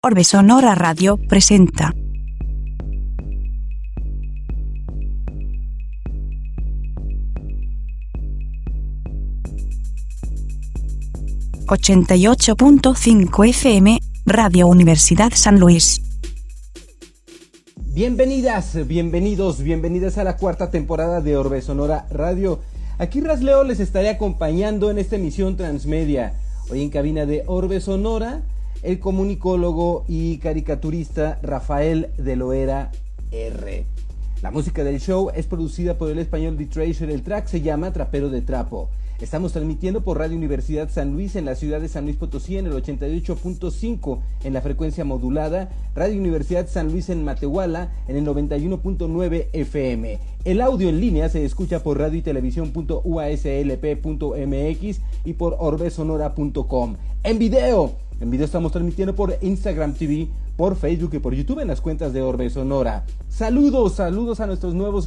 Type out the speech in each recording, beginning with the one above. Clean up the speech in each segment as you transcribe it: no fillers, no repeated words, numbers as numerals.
Orbe Sonora Radio presenta. ...88.5 FM, Radio Universidad San Luis. Bienvenidas, bienvenidas a la cuarta temporada de Orbe Sonora Radio. Aquí Rasleo les estaré acompañando en esta emisión transmedia. Hoy en cabina de Orbe Sonora, el comunicólogo y caricaturista Rafael de Loera R. La música del show es producida por el español The Treasure. El track se llama Trapero de Trapo. Estamos transmitiendo por Radio Universidad San Luis en la ciudad de San Luis Potosí en el 88.5 en la frecuencia modulada, Radio Universidad San Luis en Matehuala en el 91.9 FM. El audio en línea se escucha por radio y televisión.uaslp.mx y por orbesonora.com. En video estamos transmitiendo por Instagram TV, por Facebook y por YouTube en las cuentas de Orbe Sonora. Saludos a nuestros nuevos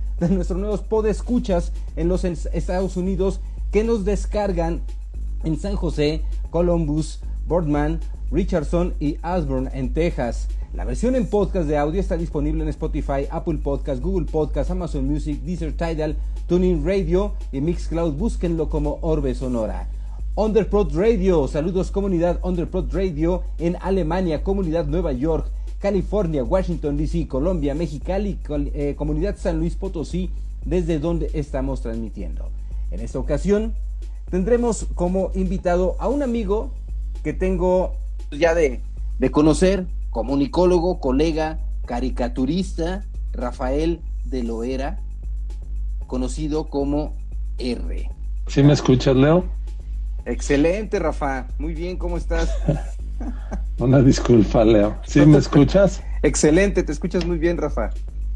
podescuchas en los Estados Unidos que nos descargan en San José, Columbus, Boardman, Richardson y Osborne en Texas. La versión en podcast de audio está disponible en Spotify, Apple Podcast, Google Podcast, Amazon Music, Deezer, Tidal, TuneIn Radio y Mixcloud. Búsquenlo como Orbe Sonora. Underprod Radio, saludos comunidad Underprod Radio en Alemania, comunidad Nueva York, California, Washington DC, Colombia, Mexicali, comunidad San Luis Potosí, desde donde estamos transmitiendo. En esta ocasión tendremos como invitado a un amigo que tengo ya de conocer, comunicólogo, colega, caricaturista, Rafael de Loera, conocido como R. ¿Sí me escuchas, Leo? Excelente, Rafa. Muy bien, ¿cómo estás? Una disculpa, Leo. ¿Sí me escuchas? Excelente, te escuchas muy bien, Rafa.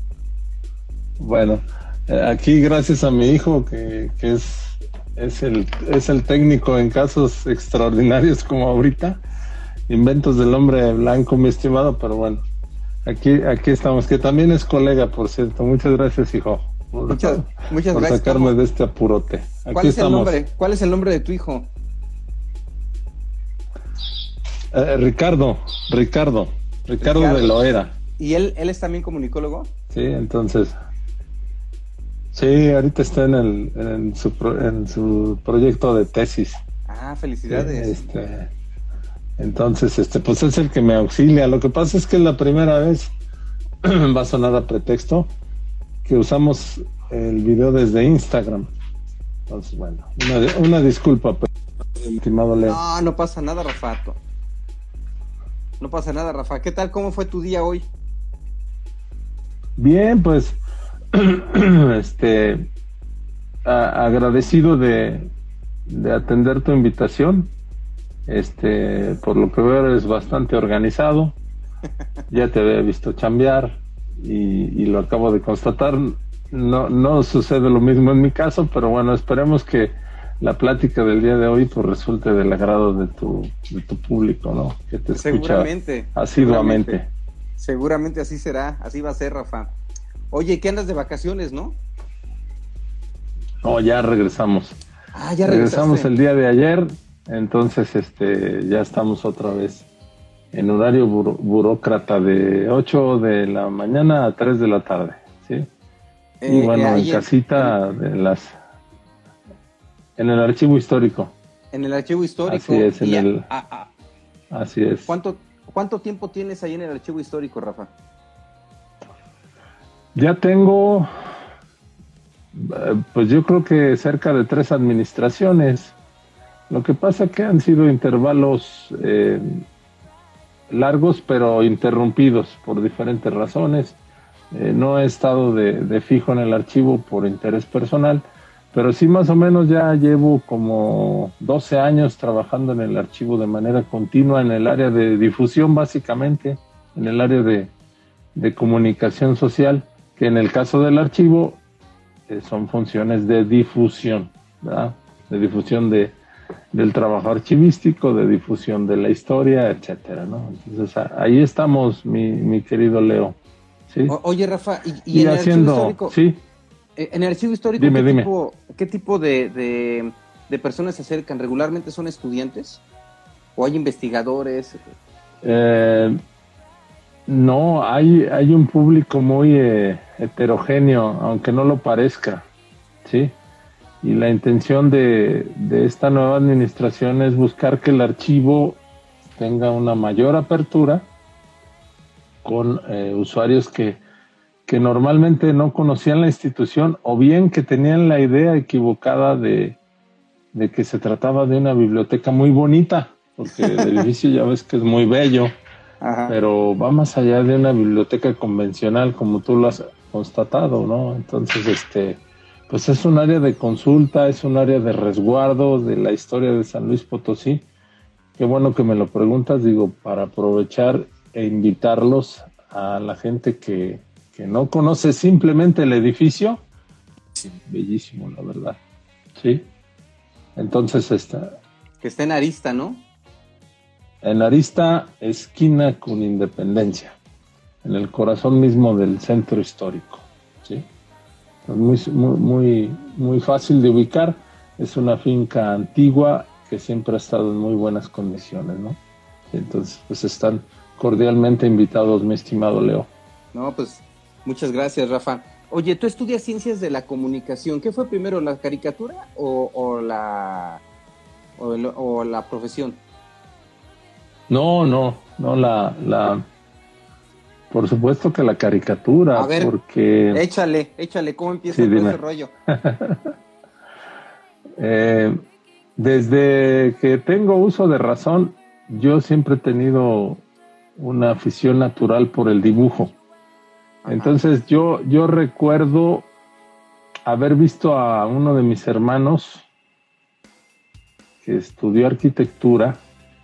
Bueno, aquí gracias a mi hijo que es el técnico en casos extraordinarios como ahorita. Inventos del hombre blanco, mi estimado, pero bueno, aquí estamos, que también es colega, por cierto. Muchas gracias, hijo, muchas por gracias. Sacarme de este apurote. Aquí estamos. ¿Cuál es el nombre de tu hijo? Ricardo de Loera. ¿Y él es también comunicólogo? Sí, entonces. Sí, ahorita está en su proyecto de tesis. Ah, felicidades. Entonces, pues es el que me auxilia. Lo que pasa es que la primera vez va a sonar a pretexto que usamos el video desde Instagram. Entonces, bueno, una disculpa, estimado Leo. No pasa nada, Rafato. No pasa nada, Rafa. ¿Qué tal? ¿Cómo fue tu día hoy? Bien, pues agradecido de atender tu invitación. Por lo que veo eres bastante organizado. Ya te había visto chambear y lo acabo de constatar. No sucede lo mismo en mi caso, pero bueno, esperemos que la plática del día de hoy pues resulte del agrado de tu público, ¿no? Que te escucha asiduamente. Seguramente así será, así va a ser, Rafa. Oye, ¿qué andas de vacaciones, no? No, ya regresamos. Ya regresamos el día de ayer, entonces ya estamos otra vez en horario burócrata de 8 de la mañana a 3 de la tarde, ¿sí? Y bueno, en casita en el archivo histórico. En el archivo histórico. Así es, así es. ¿Cuánto tiempo tienes ahí en el archivo histórico, Rafa? Ya tengo, pues yo creo que cerca de 3 administraciones. Lo que pasa que han sido intervalos largos, pero interrumpidos por diferentes razones. No he estado de fijo en el archivo por interés personal, pero sí más o menos ya llevo como 12 años trabajando en el archivo de manera continua en el área de difusión, básicamente, en el área de comunicación social, que en el caso del archivo son funciones de difusión, ¿verdad? De difusión del trabajo archivístico, de difusión de la historia, etcétera, ¿no? Entonces ahí estamos, mi querido Leo. ¿Sí? Oye, Rafa, y en el archivo histórico, ¿sí? En el archivo histórico, dime. ¿Qué tipo de personas se acercan? ¿Regularmente son estudiantes? ¿O hay investigadores? Eh, no, hay un público muy heterogéneo, aunque no lo parezca, ¿sí? Y la intención de esta nueva administración es buscar que el archivo tenga una mayor apertura con usuarios que normalmente no conocían la institución o bien que tenían la idea equivocada de que se trataba de una biblioteca muy bonita, porque el edificio ya ves que es muy bello. Ajá. Pero va más allá de una biblioteca convencional, como tú lo has constatado, ¿no? Entonces, pues es un área de consulta, es un área de resguardo de la historia de San Luis Potosí. Qué bueno que me lo preguntas, digo, para aprovechar e invitarlos a la gente que no conoce simplemente el edificio. Sí, bellísimo, la verdad. Sí. Entonces, que está en Arista, ¿no? En Arista, esquina con Independencia, en el corazón mismo del centro histórico, ¿sí? Muy fácil de ubicar. Es una finca antigua que siempre ha estado en muy buenas condiciones, ¿no? Entonces, pues están cordialmente invitados, mi estimado Leo. No, pues muchas gracias, Rafa. Oye, tú estudias Ciencias de la Comunicación. ¿Qué fue primero, la caricatura o la profesión? No, por supuesto que la caricatura. A ver, porque... échale, ¿cómo empieza todo ese rollo? Desde que tengo uso de razón, yo siempre he tenido una afición natural por el dibujo. Ajá. Entonces yo recuerdo haber visto a uno de mis hermanos que estudió arquitectura.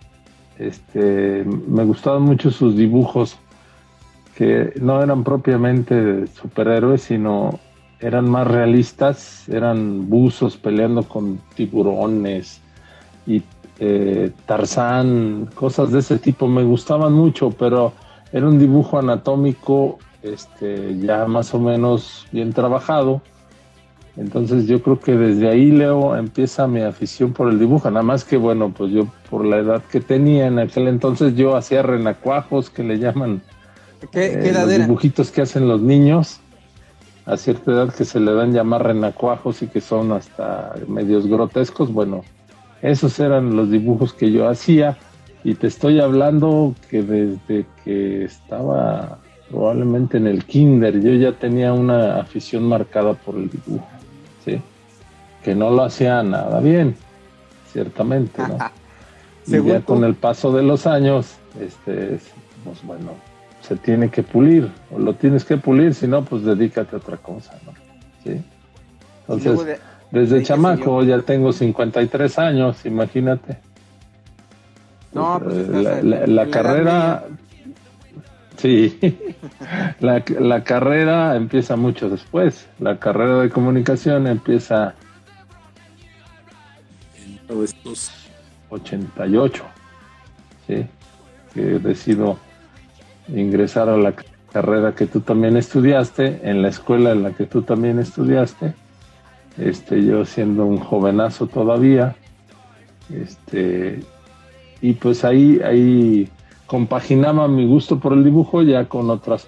Me gustaban mucho sus dibujos, que no eran propiamente superhéroes, sino eran más realistas, eran buzos peleando con tiburones y Tarzán, cosas de ese tipo. Me gustaban mucho, pero era un dibujo anatómico ya más o menos bien trabajado. Entonces yo creo que desde ahí, Leo, empieza mi afición por el dibujo. Nada más que, bueno, pues yo por la edad que tenía en aquel entonces, yo hacía renacuajos, que le llaman ¿Qué edad los era? dibujitos que hacen los niños a cierta edad, que se le dan llamar renacuajos y que son hasta medios grotescos. Bueno, esos eran los dibujos que yo hacía, y te estoy hablando que desde que estaba probablemente en el kinder yo ya tenía una afición marcada por el dibujo, ¿sí? Que no lo hacía nada bien, ciertamente, ¿no? Y ya con el paso de los años, pues bueno, se tiene que pulir, o lo tienes que pulir, si no, pues dedícate a otra cosa, ¿no? ¿Sí? Entonces, desde chamaco ya tengo 53 años, imagínate. No, pues la carrera... Sí, la carrera empieza mucho después. La carrera de comunicación empieza en 1988, ¿sí? Que decido ingresar a la carrera que tú también estudiaste, en la escuela en la que tú también estudiaste, yo siendo un jovenazo todavía, y pues ahí compaginaba mi gusto por el dibujo ya con otras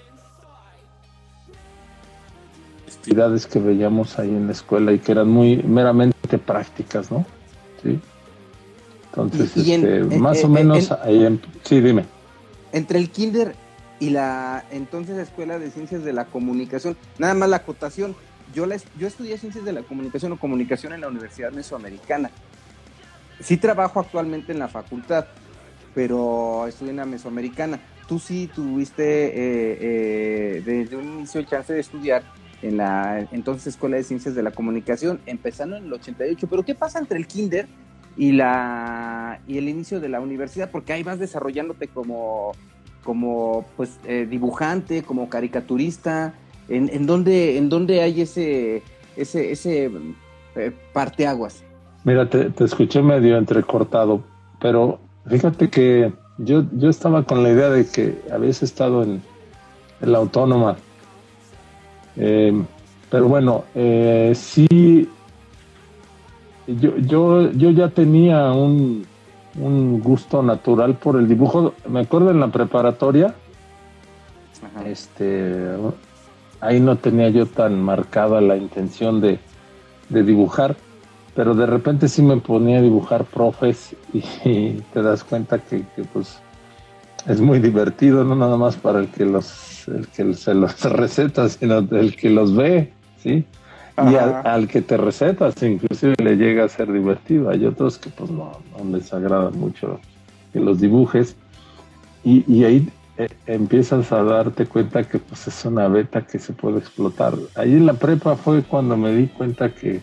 actividades que veíamos ahí en la escuela y que eran muy meramente prácticas, ¿no? Sí. Entonces, más o menos ahí... Sí, dime. Entre el kinder y la entonces Escuela de Ciencias de la Comunicación, nada más la acotación, yo estudié Ciencias de la Comunicación o Comunicación en la Universidad Mesoamericana. Sí trabajo actualmente en la facultad, pero estudié en la Mesoamericana. Tú sí tuviste desde un inicio chance de estudiar en la entonces Escuela de Ciencias de la Comunicación, empezando en el 88. Pero ¿qué pasa entre el kinder y el inicio de la universidad? Porque ahí vas desarrollándote como pues dibujante, como caricaturista. ¿En dónde hay ese parteaguas? Mira, te escuché medio entrecortado, pero fíjate que yo estaba con la idea de que habías estado en la Autónoma. Pero bueno, sí, yo ya tenía un un gusto natural por el dibujo. Me acuerdo en la preparatoria, ahí no tenía yo tan marcada la intención de dibujar, pero de repente sí me ponía a dibujar profes y te das cuenta que pues es muy divertido, no nada más para el que se los receta, sino el que los ve, ¿sí? Y al que te recetas inclusive le llega a ser divertido. Hay otros que pues no les agrada mucho que los dibujes, y ahí empiezas a darte cuenta que pues es una beta que se puede explotar. Ahí en la prepa fue cuando me di cuenta que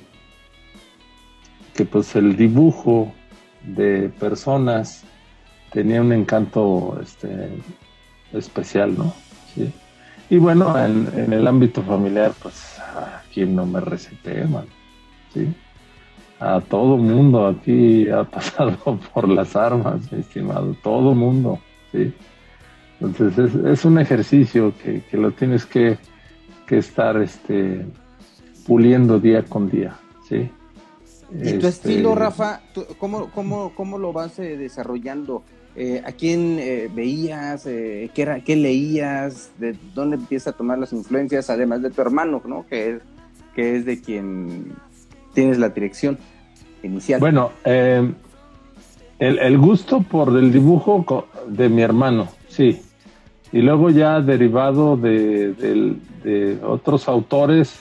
pues el dibujo de personas tenía un encanto especial, ¿no? Sí. Y bueno, en el ámbito familiar, pues, ¿a quién no me receté, man? ¿Sí? A todo mundo aquí ha pasado por las armas, mi estimado, todo mundo, ¿sí? Entonces es un ejercicio que lo tienes que estar puliendo día con día, ¿sí? ¿Y tu estilo, Rafa, cómo lo vas desarrollando? ¿A quién veías? ¿Qué leías? ¿De dónde empiezas a tomar las influencias? Además de tu hermano, ¿no? Que es de quien tienes la dirección inicial. Bueno, el gusto por el dibujo de mi hermano, sí. Y luego ya derivado de otros autores,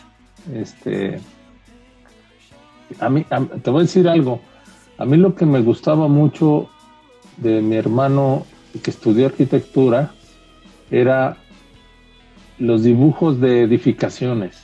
a mí, te voy a decir algo. A mí lo que me gustaba mucho de mi hermano que estudió arquitectura era los dibujos de edificaciones.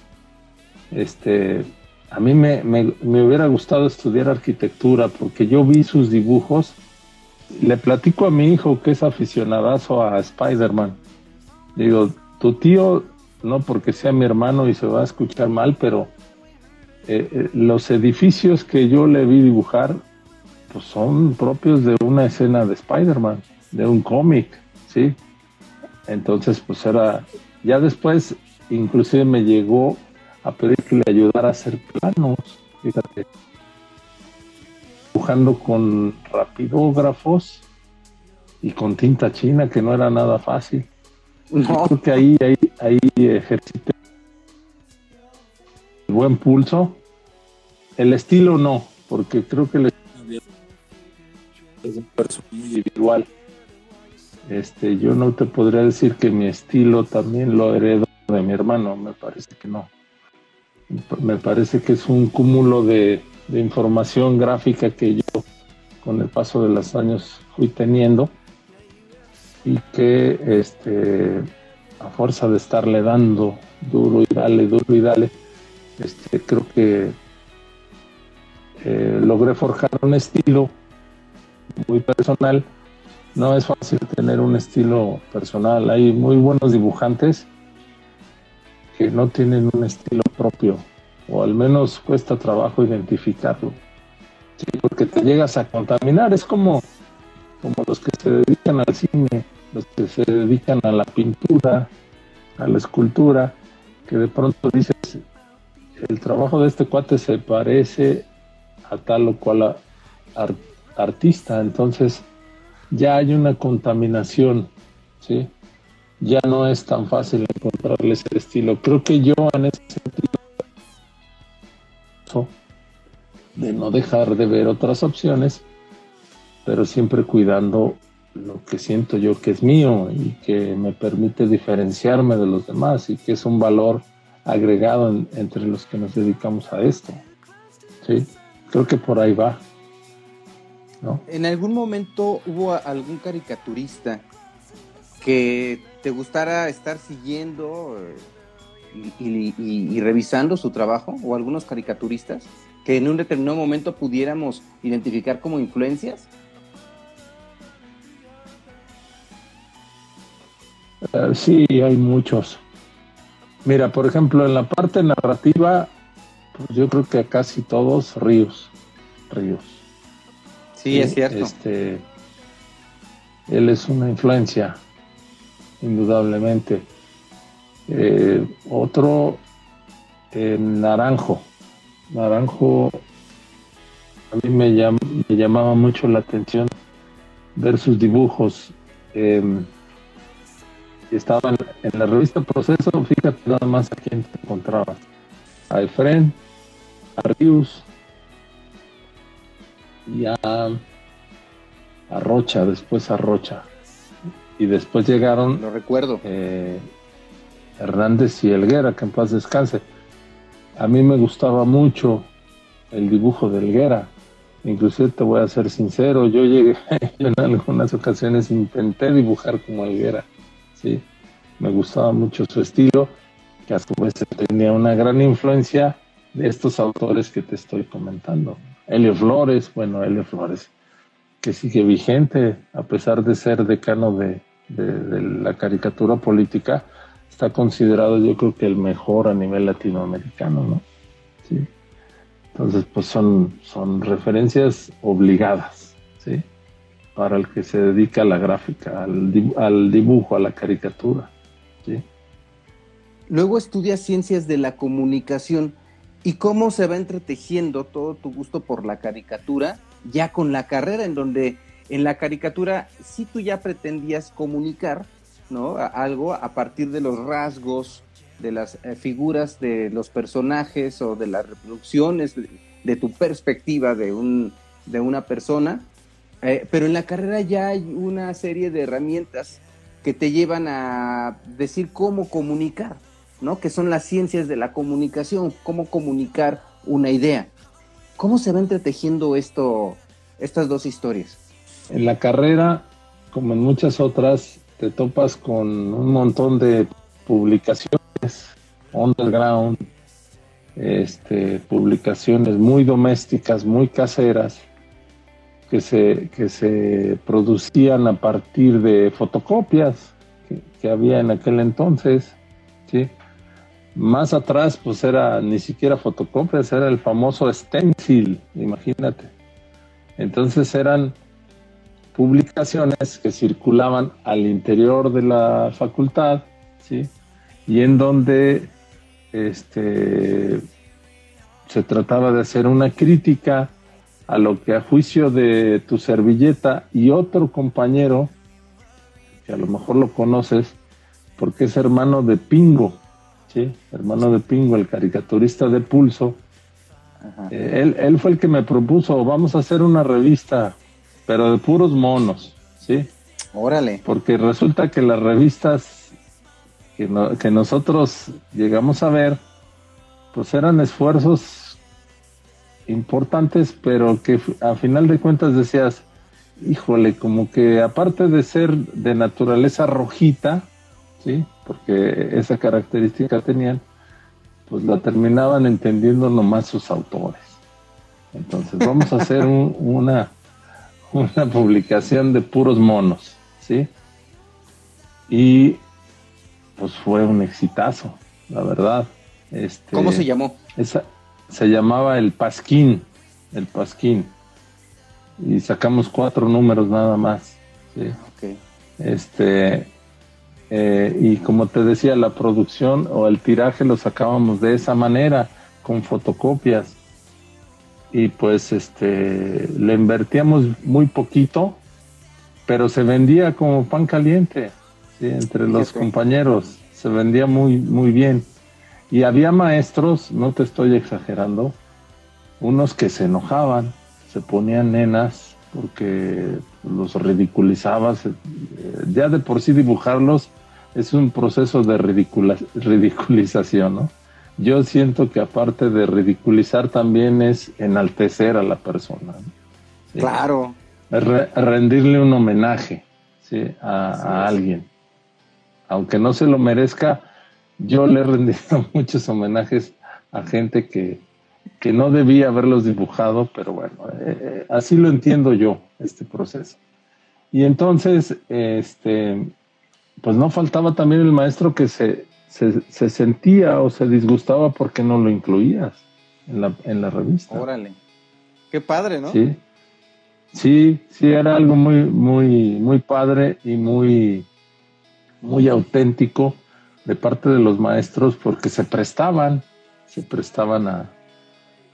A mí me hubiera gustado estudiar arquitectura porque yo vi sus dibujos. Le platico a mi hijo que es aficionadazo a Spider-Man. Digo, tu tío, no porque sea mi hermano y se va a escuchar mal, pero los edificios que yo le vi dibujar pues son propios de una escena de Spider-Man, de un cómic, ¿sí? Entonces pues ya después inclusive me llegó a pedir que le ayudara a hacer planos, fíjate, dibujando con rapidógrafos y con tinta china, que no era nada fácil. No. Yo creo que ahí ejercité buen pulso. El estilo no, porque creo que el estilo es un personaje muy individual. Yo no te podría decir que mi estilo también lo heredo de mi hermano, me parece que no. Me parece que es un cúmulo de información gráfica que yo con el paso de los años fui teniendo y que a fuerza de estarle dando duro y dale, creo que logré forjar un estilo muy personal. No es fácil tener un estilo personal. Hay muy buenos dibujantes que no tienen un estilo propio, o al menos cuesta trabajo identificarlo. Sí, porque te llegas a contaminar. Es como los que se dedican al cine, los que se dedican a la pintura, a la escultura, que de pronto dices, el trabajo de este cuate se parece a tal o cual artista, entonces ya hay una contaminación, ¿sí? Ya no es tan fácil encontrarle ese estilo. Creo que yo en ese sentido de no dejar de ver otras opciones, pero siempre cuidando lo que siento yo que es mío y que me permite diferenciarme de los demás y que es un valor agregado entre los que nos dedicamos a esto. Sí, creo que por ahí va, ¿no? ¿En algún momento hubo algún caricaturista que te gustara estar siguiendo y revisando su trabajo, o algunos caricaturistas que en un determinado momento pudiéramos identificar como influencias? Sí, hay muchos. Mira, por ejemplo, en la parte narrativa, pues yo creo que a casi todos Ríos. Sí, es cierto. Él es una influencia, indudablemente. Otro, Naranjo. Naranjo, a mí me llamaba mucho la atención ver sus dibujos. Estaban en la revista Proceso, fíjate nada más a quién te encontrabas. A Efrén, a Rius y a Rocha, después a Rocha. Y después llegaron... Lo recuerdo. Hernández y Helguera, que en paz descanse. A mí me gustaba mucho el dibujo de Helguera. Inclusive te voy a ser sincero, yo en algunas ocasiones intenté dibujar como Helguera, ¿sí? Me gustaba mucho su estilo, que a su vez tenía una gran influencia de estos autores que te estoy comentando. Helio Flores, que sigue vigente, a pesar de ser decano de la caricatura política, está considerado, yo creo que el mejor a nivel latinoamericano, ¿no? Sí. Entonces, pues son referencias obligadas, ¿sí? Para el que se dedica a la gráfica, al dibujo, a la caricatura, ¿sí? Luego estudias ciencias de la comunicación. ¿Y cómo se va entretejiendo todo tu gusto por la caricatura ya con la carrera, en donde en la caricatura sí tú ya pretendías comunicar, ¿no? Algo a partir de los rasgos, de las figuras de los personajes o de las reproducciones de tu perspectiva de una persona, pero en la carrera ya hay una serie de herramientas que te llevan a decir cómo comunicar, ¿no? Que son las ciencias de la comunicación, cómo comunicar una idea. ¿Cómo se va entretejiendo estas dos historias? En la carrera, como en muchas otras, te topas con un montón de publicaciones underground, publicaciones muy domésticas, muy caseras, que se producían a partir de fotocopias que había en aquel entonces, ¿sí? Más atrás, pues era ni siquiera fotocopias, era el famoso stencil, imagínate. Entonces eran publicaciones que circulaban al interior de la facultad, ¿sí? Y en donde se trataba de hacer una crítica a lo que a juicio de tu servilleta y otro compañero, que a lo mejor lo conoces, porque es hermano de Pingo, ¿sí? Hermano de Pingo, el caricaturista de Pulso. Él fue el que me propuso, vamos a hacer una revista, pero de puros monos, ¿sí? Órale. Porque resulta que las revistas que nosotros llegamos a ver, pues eran esfuerzos importantes, pero que a final de cuentas decías, híjole, como que aparte de ser de naturaleza rojita, ¿sí? Porque esa característica tenían, pues la terminaban entendiendo nomás sus autores. Entonces vamos a hacer una publicación de puros monos, ¿sí? Y pues fue un exitazo, la verdad. ¿Cómo se llamó? Se llamaba El Pasquín, y sacamos 4 números nada más, ¿sí? Okay. Y como te decía, la producción o el tiraje lo sacábamos de esa manera, con fotocopias, y pues le invertíamos muy poquito, pero se vendía como pan caliente, ¿sí? Entre los compañeros se vendía muy, muy bien. Y había maestros, no te estoy exagerando, unos que se enojaban, se ponían nenas porque los ridiculizabas. Ya de por sí dibujarlos es un proceso de ridiculización, ¿no? Yo siento que aparte de ridiculizar también es enaltecer a la persona, ¿no? ¿Sí? Claro. Rendirle un homenaje, ¿sí? a alguien. Aunque no se lo merezca, yo le he rendido muchos homenajes a gente que no debía haberlos dibujado, pero bueno, así lo entiendo yo, este proceso. Y entonces, pues no faltaba también el maestro que se sentía o se disgustaba porque no lo incluías en la revista. Órale, qué padre, ¿no? Sí, era algo muy, muy, muy padre y muy, muy auténtico de parte de los maestros, porque se prestaban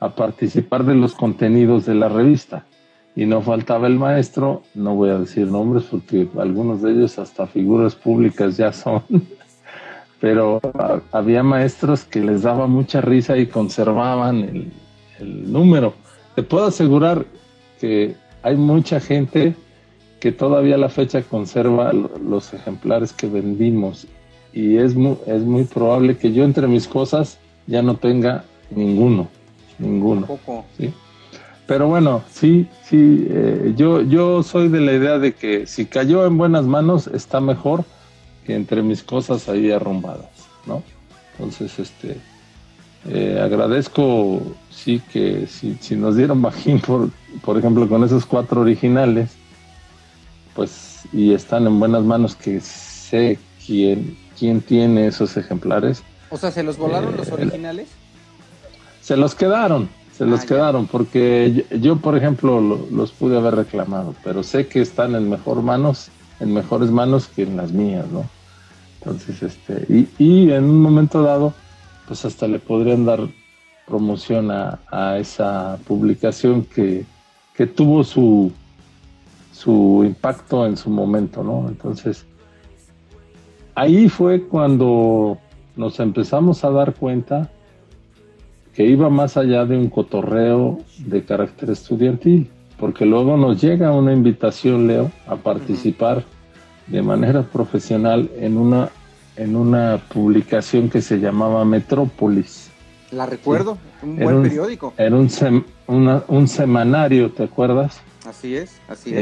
a participar de los contenidos de la revista. Y no faltaba el maestro, no voy a decir nombres porque algunos de ellos hasta figuras públicas ya son, pero había maestros que les daba mucha risa y conservaban el número. Te puedo asegurar que hay mucha gente que todavía a la fecha conserva los ejemplares que vendimos, y es muy probable que yo entre mis cosas ya no tenga ninguno. Poco. ¿Sí? Pero bueno, sí, yo soy de la idea de que si cayó en buenas manos está mejor que entre mis cosas ahí arrumbadas, ¿no? Entonces, agradezco, sí, que si nos dieron bajín, por ejemplo, con esos 4 originales, pues, y están en buenas manos, que sé quién tiene esos ejemplares. O sea, ¿se los volaron los originales? Se los quedaron, porque yo, por ejemplo, los pude haber reclamado, pero sé que están en mejores manos que en las mías, ¿no? Entonces, y en un momento dado, pues hasta le podrían dar promoción a esa publicación que tuvo su impacto en su momento, ¿no? Entonces, ahí fue cuando nos empezamos a dar cuenta que iba más allá de un cotorreo de carácter estudiantil, porque luego nos llega una invitación, Leo, a participar de manera profesional en una publicación que se llamaba Metrópolis. La recuerdo, sí. Un buen periódico. Era un semanario, ¿te acuerdas? Así es.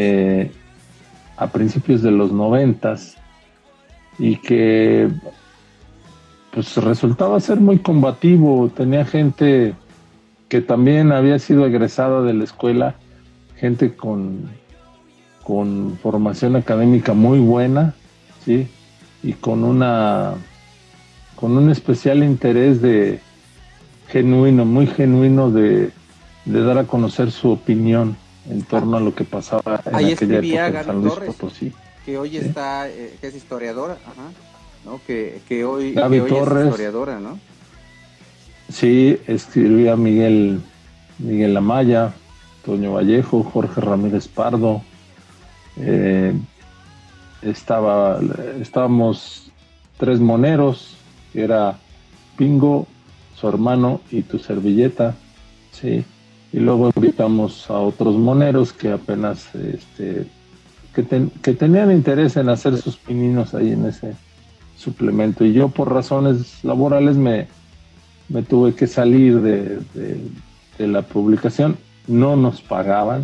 A principios de los 90s, y que pues resultaba ser muy combativo. Tenía gente que también había sido egresada de la escuela, gente con formación académica muy buena, ¿sí? Y con un especial interés muy genuino de dar a conocer su opinión en torno a lo que pasaba en ahí aquella escribía época en San Gaby Luis Torres, Potosí. que hoy está, que es historiadora, ¿no? Que hoy Torres, es historiadora, ¿no? Sí, escribía Miguel Amaya, Toño Vallejo, Jorge Ramírez Pardo. Estábamos 3 moneros, que era Pingo, su hermano y tu servilleta, sí. Y luego invitamos a otros moneros que apenas que tenían interés en hacer sus pininos ahí en ese suplemento, y yo por razones laborales me tuve que salir de la publicación. No nos pagaban,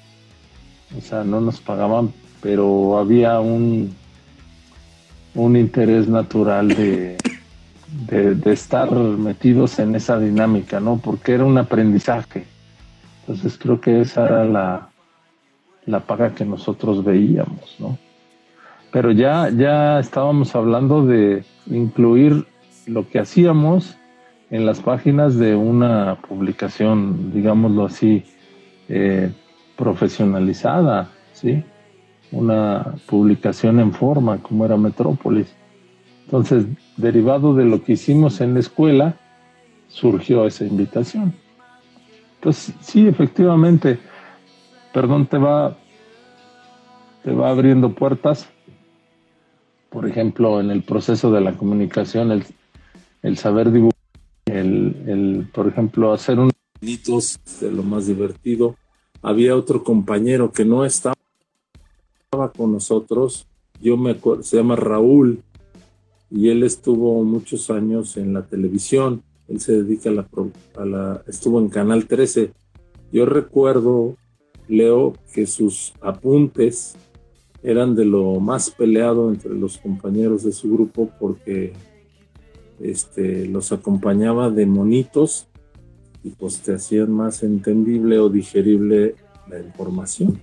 pero había un interés natural de estar metidos en esa dinámica, ¿no? Porque era un aprendizaje. Entonces creo que esa era la paga que nosotros veíamos, ¿no? Pero ya estábamos hablando de incluir lo que hacíamos en las páginas de una publicación, digámoslo así, profesionalizada, ¿sí? Una publicación en forma, como era Metrópolis. Entonces, derivado de lo que hicimos en la escuela, surgió esa invitación. Entonces, sí, efectivamente, perdón, te va abriendo puertas. Por ejemplo, en el proceso de la comunicación, el saber dibujar, por ejemplo, hacer unos pinitos de lo más divertido. Había otro compañero que no estaba con nosotros, yo me acuerdo, se llama Raúl, y él estuvo muchos años en la televisión. Él se dedica estuvo en Canal 13. Yo recuerdo, Leo, que sus apuntes eran de lo más peleado entre los compañeros de su grupo, porque los acompañaba de monitos, y pues te hacían más entendible o digerible la información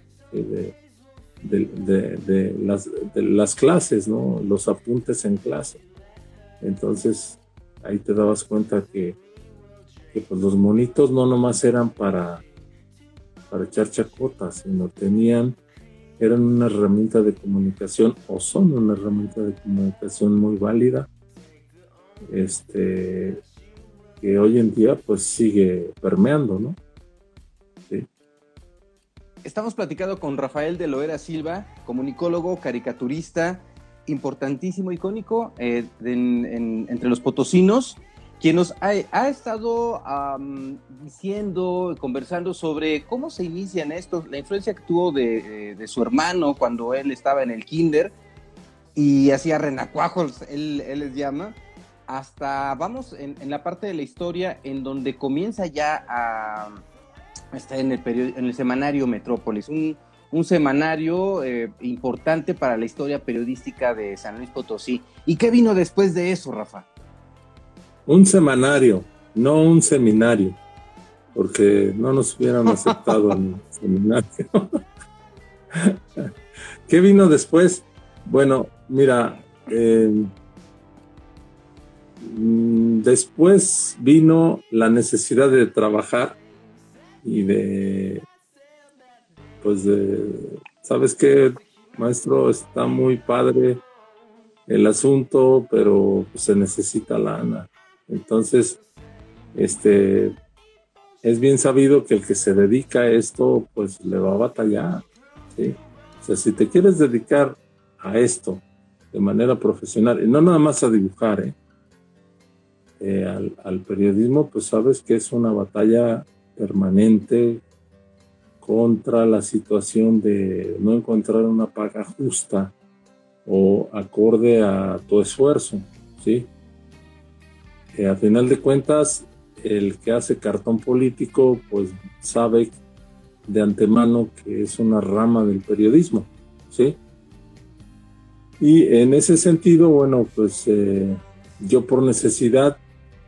de las clases, ¿no? Los apuntes en clase. Entonces ahí te dabas cuenta que pues los monitos no nomás eran para echar chacotas, sino eran una herramienta de comunicación, o son una herramienta de comunicación muy válida. que hoy en día pues sigue permeando, ¿no? Sí. Estamos platicando con Rafael de Loera Silva, comunicólogo, caricaturista, importantísimo, icónico entre los potosinos, quien nos ha estado diciendo, conversando sobre cómo se inician estos, la influencia que tuvo de su hermano cuando él estaba en el kinder y hacía renacuajos, él les llama, hasta vamos en la parte de la historia en donde comienza ya está en el semanario Metrópolis, un semanario importante para la historia periodística de San Luis Potosí. ¿Y qué vino después de eso, Rafa? Un semanario, no un seminario, porque no nos hubieran aceptado en el seminario. ¿Qué vino después? Bueno, mira, después vino la necesidad de trabajar y ¿sabes qué, maestro? Está muy padre el asunto, pero pues, se necesita lana. Entonces, es bien sabido que el que se dedica a esto, pues le va a batallar, ¿sí? O sea, si te quieres dedicar a esto de manera profesional, y no nada más a dibujar, al periodismo, pues sabes que es una batalla permanente contra la situación de no encontrar una paga justa o acorde a tu esfuerzo, ¿sí? A final de cuentas, el que hace cartón político, pues sabe de antemano que es una rama del periodismo, ¿sí? Y en ese sentido, bueno, pues yo por necesidad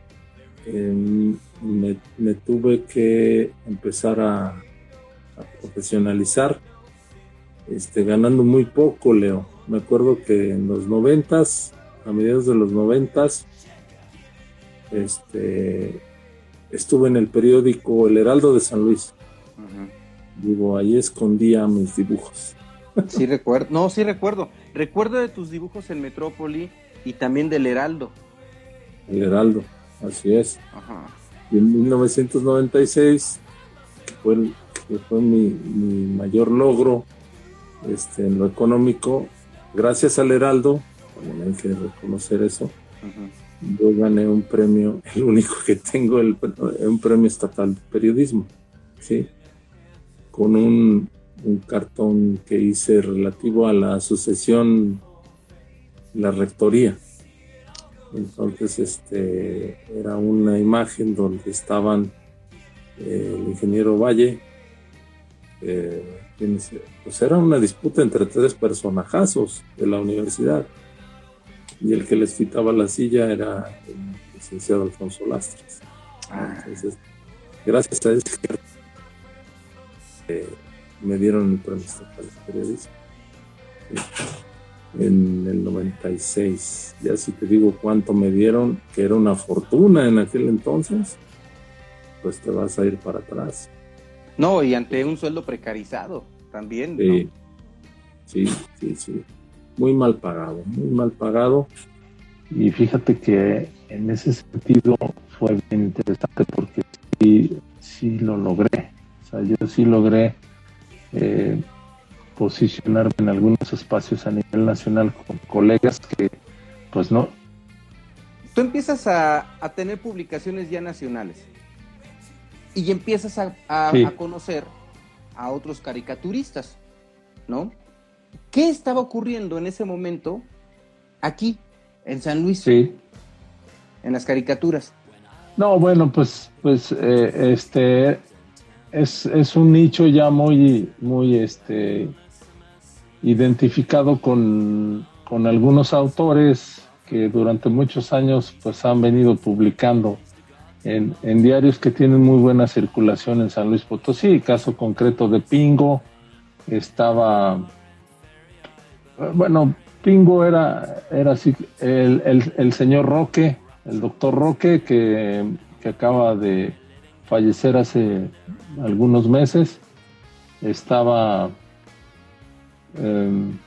me tuve que empezar a profesionalizar, ganando muy poco, Leo. Me acuerdo que en los 90s, a mediados de los 90s, estuve en el periódico El Heraldo de San Luis. Uh-huh. Digo, ahí escondía mis dibujos. Sí recuerdo. No, sí recuerdo. Recuerdo de tus dibujos en Metrópoli y también del Heraldo. El Heraldo, así es. Ajá. Y en 1996, que fue mi mayor logro en lo económico, gracias al Heraldo, también hay que reconocer eso. Uh-huh. Yo gané un premio, el único que tengo, un premio estatal de periodismo, ¿sí? Con un cartón que hice relativo a la sucesión, la rectoría. Entonces, era una imagen donde estaban el ingeniero Valle, pues era una disputa entre tres personajazos de la universidad. Y el que les quitaba la silla era el licenciado Alfonso Lastres. Entonces, gracias a ese me dieron el premio estatal de periodismo en el 96. Ya si te digo cuánto me dieron, que era una fortuna en aquel entonces, pues te vas a ir para atrás. No, y ante un sueldo precarizado también, sí, ¿no? Sí. Muy mal pagado. Y fíjate que en ese sentido fue bien interesante porque sí lo logré. O sea, yo sí logré posicionarme en algunos espacios a nivel nacional con colegas que, pues no. Tú empiezas a tener publicaciones ya nacionales y empiezas a conocer a otros caricaturistas, ¿no? ¿Qué estaba ocurriendo en ese momento aquí, en San Luis? Sí. En las caricaturas. No, bueno, pues es un nicho ya muy identificado con algunos autores que durante muchos años pues han venido publicando en diarios que tienen muy buena circulación en San Luis Potosí. Caso concreto de Pingo, estaba... Bueno, Pingo era así, el señor Roque, el doctor Roque, que acaba de fallecer hace algunos meses. Estaba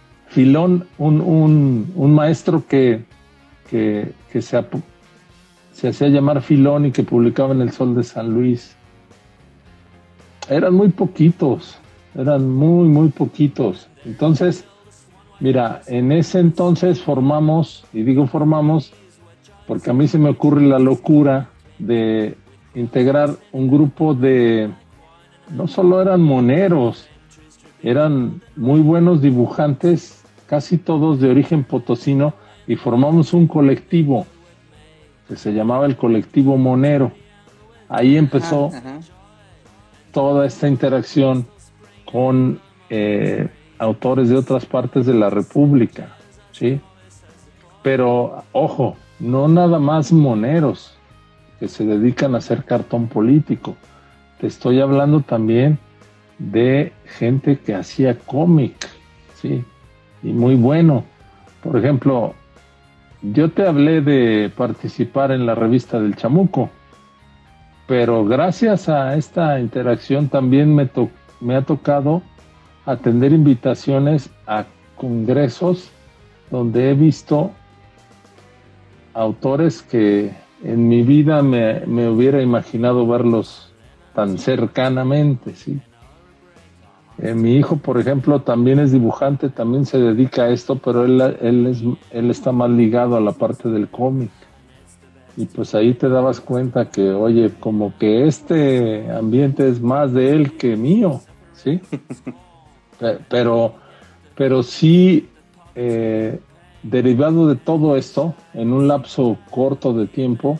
Filón, un maestro que se hacía llamar Filón y que publicaba en El Sol de San Luis. Eran muy poquitos, eran muy, muy poquitos. Entonces, mira, en ese entonces formamos, y digo formamos, porque a mí se me ocurre la locura de integrar un grupo de, no solo eran moneros, eran muy buenos dibujantes, casi todos de origen potosino, y formamos un colectivo que se llamaba el Colectivo Monero. Ahí empezó toda esta interacción con autores de otras partes de la República, ¿sí? Pero, ojo, no nada más moneros que se dedican a hacer cartón político. Te estoy hablando también de gente que hacía cómic, ¿sí? Y muy bueno. Por ejemplo, yo te hablé de participar en la revista del Chamuco, pero gracias a esta interacción también me ha tocado atender invitaciones a congresos donde he visto autores que en mi vida me hubiera imaginado verlos tan cercanamente, ¿sí? Mi hijo, por ejemplo, también es dibujante, también se dedica a esto, pero él está más ligado a la parte del cómic. Y pues ahí te dabas cuenta que, oye, como que este ambiente es más de él que mío, ¿sí? Pero sí, derivado de todo esto, en un lapso corto de tiempo,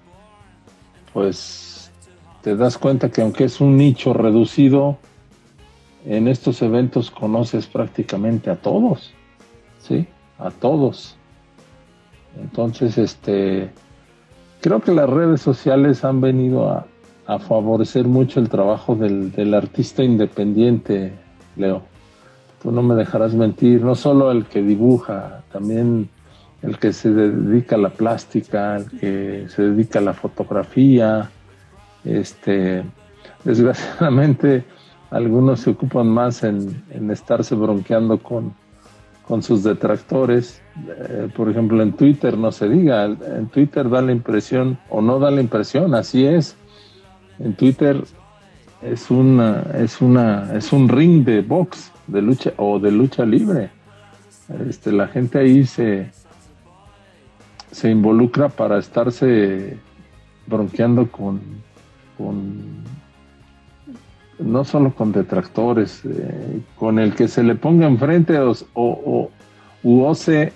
pues te das cuenta que aunque es un nicho reducido, en estos eventos conoces prácticamente a todos, ¿sí? A todos. Entonces, creo que las redes sociales han venido a favorecer mucho el trabajo del artista independiente, Leo. Tú no me dejarás mentir, no solo el que dibuja, también el que se dedica a la plástica, el que se dedica a la fotografía. Desgraciadamente, algunos se ocupan más en estarse bronqueando con sus detractores. Por ejemplo, en Twitter no se diga, en Twitter da la impresión, o no da la impresión, así es. En Twitter es un ring de box, de lucha o de lucha libre. La gente ahí se involucra para estarse bronqueando con no solo con detractores, con el que se le ponga enfrente u ose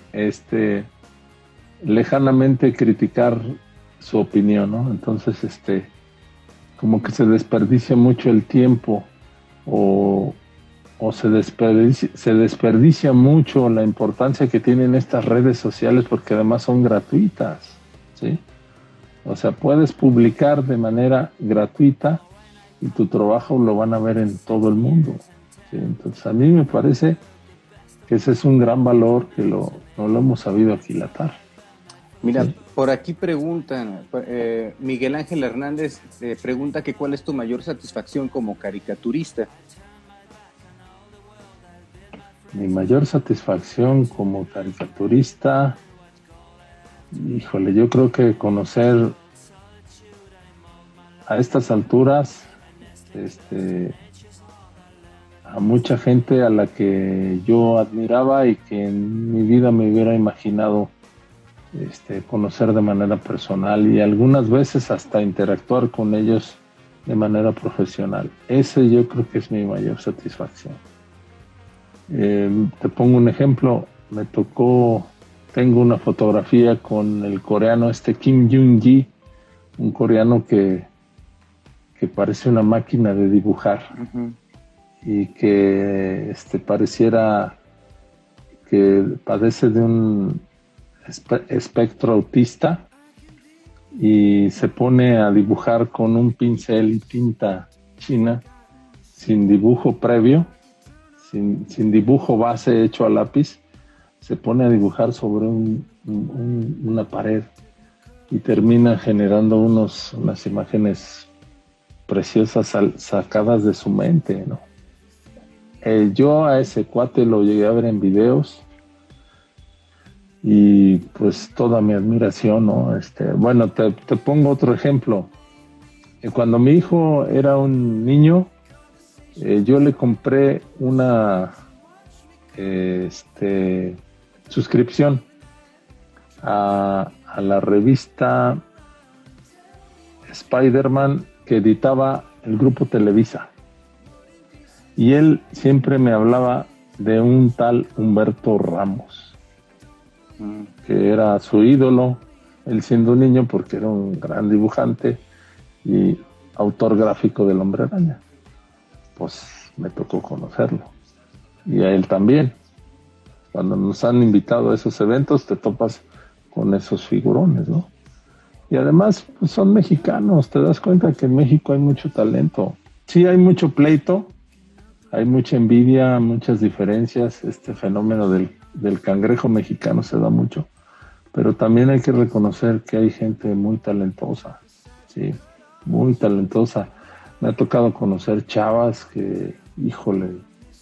lejanamente criticar su opinión, ¿no? Entonces, como que se desperdicia mucho el tiempo o se desperdicia mucho la importancia que tienen estas redes sociales, porque además son gratuitas, ¿sí? O sea, puedes publicar de manera gratuita y tu trabajo lo van a ver en todo el mundo, ¿sí? Entonces a mí me parece que ese es un gran valor que no lo hemos sabido aquilatar. Mira, ¿sí? Por aquí preguntan, Miguel Ángel Hernández pregunta que cuál es tu mayor satisfacción como caricaturista. Mi mayor satisfacción como caricaturista, híjole, yo creo que conocer a estas alturas a mucha gente a la que yo admiraba y que en mi vida me hubiera imaginado conocer de manera personal y algunas veces hasta interactuar con ellos de manera profesional. Ese yo creo que es mi mayor satisfacción. Te pongo un ejemplo, tengo una fotografía con el coreano Kim Jung-gi, un coreano que parece una máquina de dibujar. Uh-huh. Y que pareciera que padece de un espectro autista y se pone a dibujar con un pincel y tinta china sin dibujo previo, sin dibujo base hecho a lápiz. Se pone a dibujar sobre una pared y termina generando unas imágenes preciosas sacadas de su mente, ¿no? Yo a ese cuate lo llegué a ver en videos y pues toda mi admiración, ¿no? Bueno, te pongo otro ejemplo. Cuando mi hijo era un niño, yo le compré una suscripción a la revista Spider-Man que editaba el grupo Televisa. Y él siempre me hablaba de un tal Humberto Ramos, que era su ídolo, él siendo un niño, porque era un gran dibujante y autor gráfico del Hombre Araña. Pues me tocó conocerlo. Y a él también. Cuando nos han invitado a esos eventos, te topas con esos figurones, ¿no? Y además, pues son mexicanos. Te das cuenta que en México hay mucho talento. Sí, hay mucho pleito, hay mucha envidia, muchas diferencias. Este fenómeno del cangrejo mexicano se da mucho. Pero también hay que reconocer que hay gente muy talentosa. Sí, muy talentosa. Me ha tocado conocer chavas que, híjole,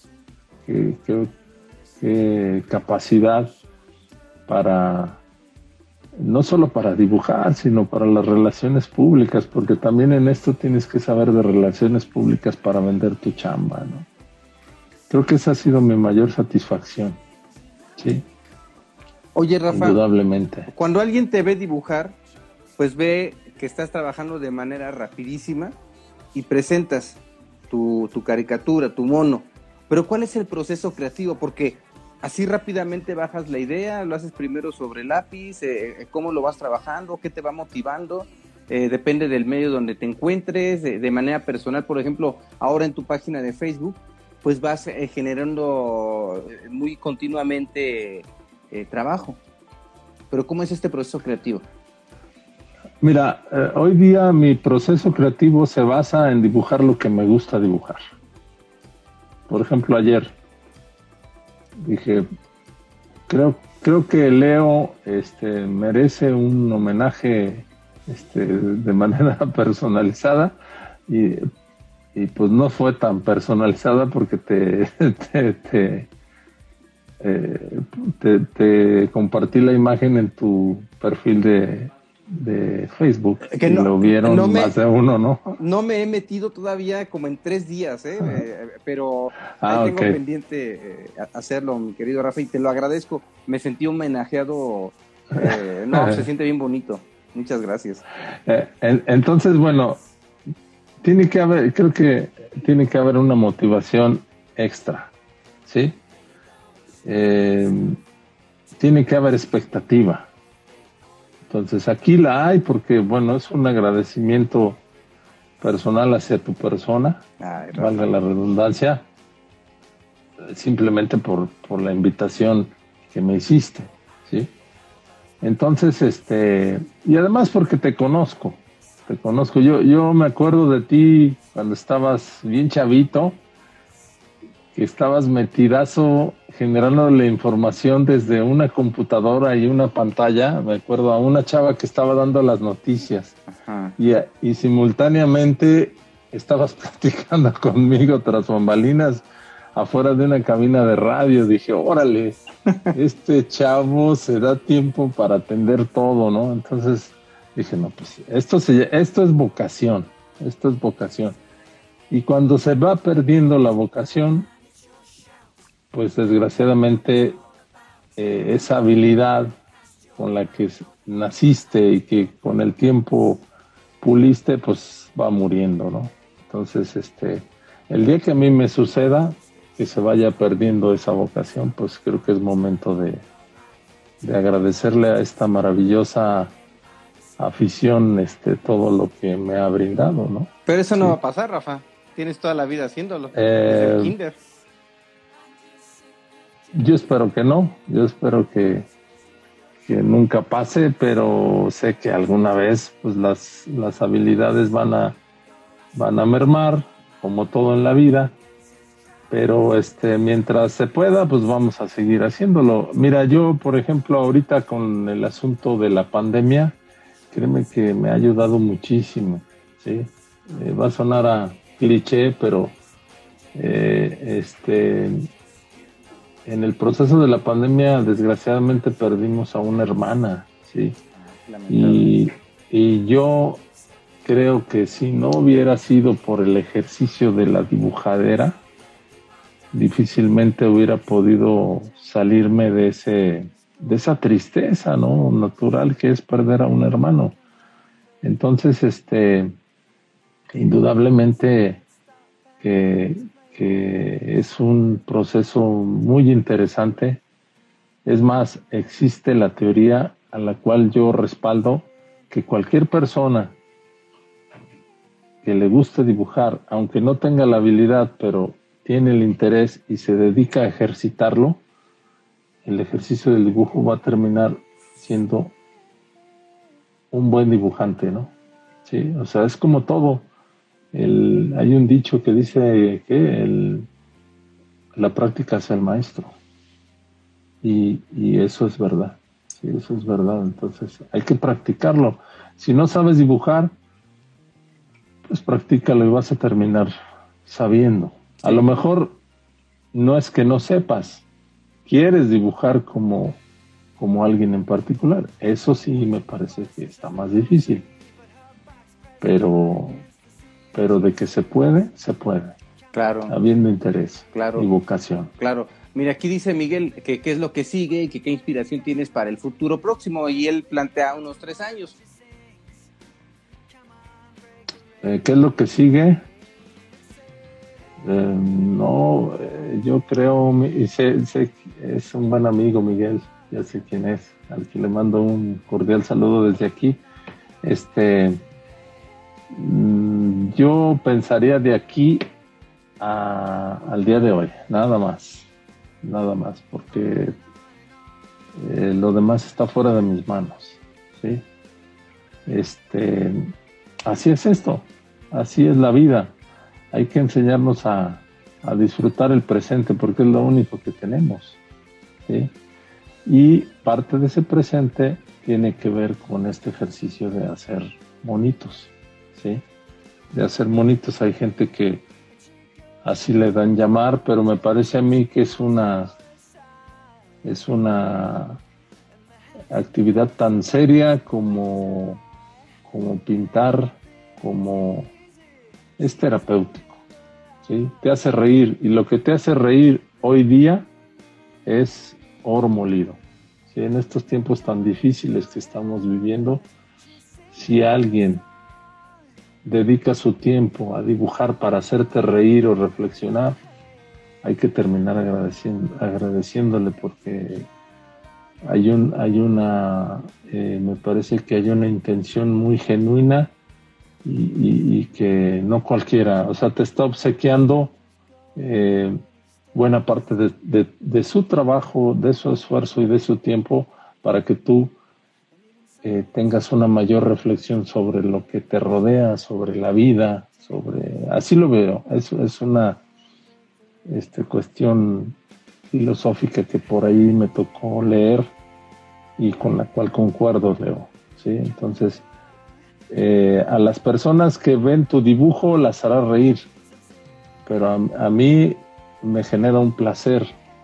qué capacidad para, no solo para dibujar, sino para las relaciones públicas, porque también en esto tienes que saber de relaciones públicas para vender tu chamba, ¿no? Creo que esa ha sido mi mayor satisfacción, ¿sí? Oye, Rafa, indudablemente. Cuando alguien te ve dibujar, pues ve que estás trabajando de manera rapidísima y presentas tu caricatura, tu mono. Pero ¿cuál es el proceso creativo? Porque así rápidamente bajas la idea, lo haces primero sobre lápiz, cómo lo vas trabajando, qué te va motivando, depende del medio donde te encuentres, de manera personal. Por ejemplo, ahora en tu página de Facebook, pues vas generando muy continuamente trabajo. Pero ¿cómo es este proceso creativo? Mira, hoy día mi proceso creativo se basa en dibujar lo que me gusta dibujar. Por ejemplo, ayer dije, creo que Leo merece un homenaje de manera personalizada y pues no fue tan personalizada porque te compartí la imagen en tu perfil de Facebook, que no, lo vieron más de uno, ¿no? No me he metido todavía como en 3 días, pero ahí tengo pendiente hacerlo, mi querido Rafa, y te lo agradezco. Me sentí homenajeado, se siente bien bonito. Muchas gracias. Entonces, bueno, creo que tiene que haber una motivación extra, ¿sí? Tiene que haber expectativa. Entonces aquí la hay porque, bueno, es un agradecimiento personal hacia tu persona, valga la redundancia, simplemente por la invitación que me hiciste, ¿sí? Entonces, y además porque te conozco, yo me acuerdo de ti cuando estabas bien chavito, que estabas metidazo generando la información desde una computadora y una pantalla. Me acuerdo a una chava que estaba dando las noticias. Ajá. Y simultáneamente estabas platicando conmigo tras bambalinas afuera de una cabina de radio. Dije, órale, este chavo se da tiempo para atender todo, ¿no? Entonces dije, no, pues esto es vocación, Y cuando se va perdiendo la vocación, pues desgraciadamente esa habilidad con la que naciste y que con el tiempo puliste, pues va muriendo, ¿no? Entonces, el día que a mí me suceda, que se vaya perdiendo esa vocación, pues creo que es momento de agradecerle a esta maravillosa afición, todo lo que me ha brindado, ¿no? Pero eso no va a pasar, Rafa. Tienes toda la vida haciéndolo. Desde el kinder. Yo espero que no, que nunca pase, pero sé que alguna vez pues las habilidades van a mermar, como todo en la vida, pero mientras se pueda, pues vamos a seguir haciéndolo. Mira, yo, por ejemplo, ahorita con el asunto de la pandemia, créeme que me ha ayudado muchísimo, ¿sí? Va a sonar a cliché, pero en el proceso de la pandemia, desgraciadamente, perdimos a una hermana, ¿sí? Y yo creo que si no hubiera sido por el ejercicio de la dibujadera, difícilmente hubiera podido salirme de esa tristeza, ¿no? Natural que es perder a un hermano. Entonces, indudablemente que es un proceso muy interesante. Es más, existe la teoría a la cual yo respaldo que cualquier persona que le guste dibujar, aunque no tenga la habilidad, pero tiene el interés y se dedica a ejercitarlo, el ejercicio del dibujo va a terminar siendo un buen dibujante, ¿no? Sí, o sea, es como todo. Hay un dicho que dice que la práctica es el maestro. Y eso es verdad. Sí, eso es verdad. Entonces, hay que practicarlo. Si no sabes dibujar, pues practícalo y vas a terminar sabiendo. A lo mejor no es que no sepas, quieres dibujar como alguien en particular. Eso sí me parece que está más difícil. Pero de que se puede, se puede. Claro. Habiendo interés, claro, y vocación. Claro. Mira, aquí dice Miguel que qué es lo que sigue y que qué inspiración tienes para el futuro próximo, y él plantea unos 3 años. ¿Qué es lo que sigue? Yo creo, y sé, es un buen amigo Miguel, ya sé quién es, al que le mando un cordial saludo desde aquí. Yo pensaría de aquí al día de hoy, nada más, porque lo demás está fuera de mis manos, ¿sí? Así es esto, así es la vida. Hay que enseñarnos a disfrutar el presente porque es lo único que tenemos, ¿sí? Y parte de ese presente tiene que ver con este ejercicio de hacer monitos, ¿sí? De hacer monitos. Hay gente que así le dan llamar, pero me parece a mí que es una actividad tan seria como pintar, como es terapéutico, ¿sí? Te hace reír, y lo que te hace reír hoy día es oro molido, ¿sí? En estos tiempos tan difíciles que estamos viviendo, si alguien dedica su tiempo a dibujar para hacerte reír o reflexionar, hay que terminar agradeciéndole, porque me parece que hay una intención muy genuina y que no cualquiera, o sea, te está obsequiando buena parte de su trabajo, de su esfuerzo y de su tiempo para que tú tengas una mayor reflexión sobre lo que te rodea, sobre la vida, así lo veo. Eso es una cuestión filosófica que por ahí me tocó leer y con la cual concuerdo, Leo, ¿sí? Entonces, a las personas que ven tu dibujo las hará reír, pero a mí me genera un placer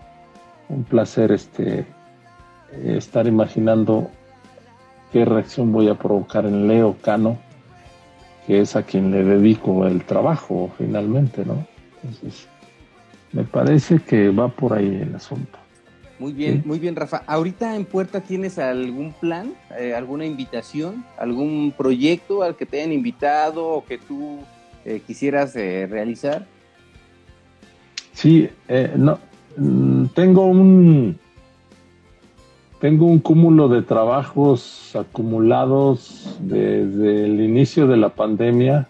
estar imaginando qué reacción voy a provocar en Leo Cano, que es a quien le dedico el trabajo finalmente, ¿no? Entonces, me parece que va por ahí el asunto. Muy bien, ¿sí? Muy bien, Rafa. ¿Ahorita en puerta tienes algún plan, alguna invitación, algún proyecto al que te hayan invitado o que tú quisieras realizar? Sí, tengo un cúmulo de trabajos acumulados desde el inicio de la pandemia,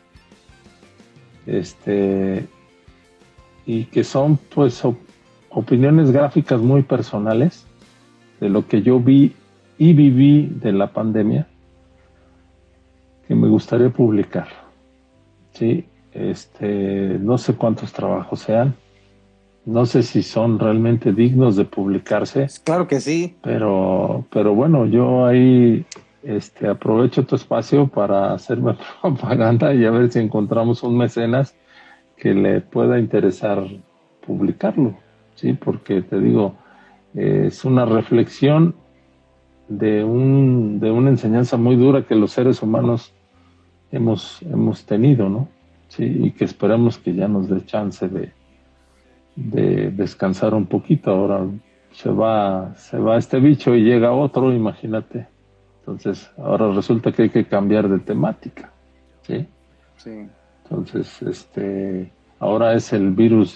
y que son pues opiniones gráficas muy personales de lo que yo vi y viví de la pandemia, que me gustaría publicar, ¿sí? No sé cuántos trabajos sean, no sé si son realmente dignos de publicarse. Claro que sí. Pero bueno, yo ahí aprovecho tu espacio para hacerme propaganda y a ver si encontramos un mecenas que le pueda interesar publicarlo, ¿sí? Porque te digo, es una reflexión de una enseñanza muy dura que los seres humanos hemos tenido, ¿no? Sí, y que esperamos que ya nos dé chance de descansar un poquito. Ahora se va este bicho y llega otro, imagínate. Entonces, ahora resulta que hay que cambiar de temática, ¿sí? Sí. Entonces, ahora es el virus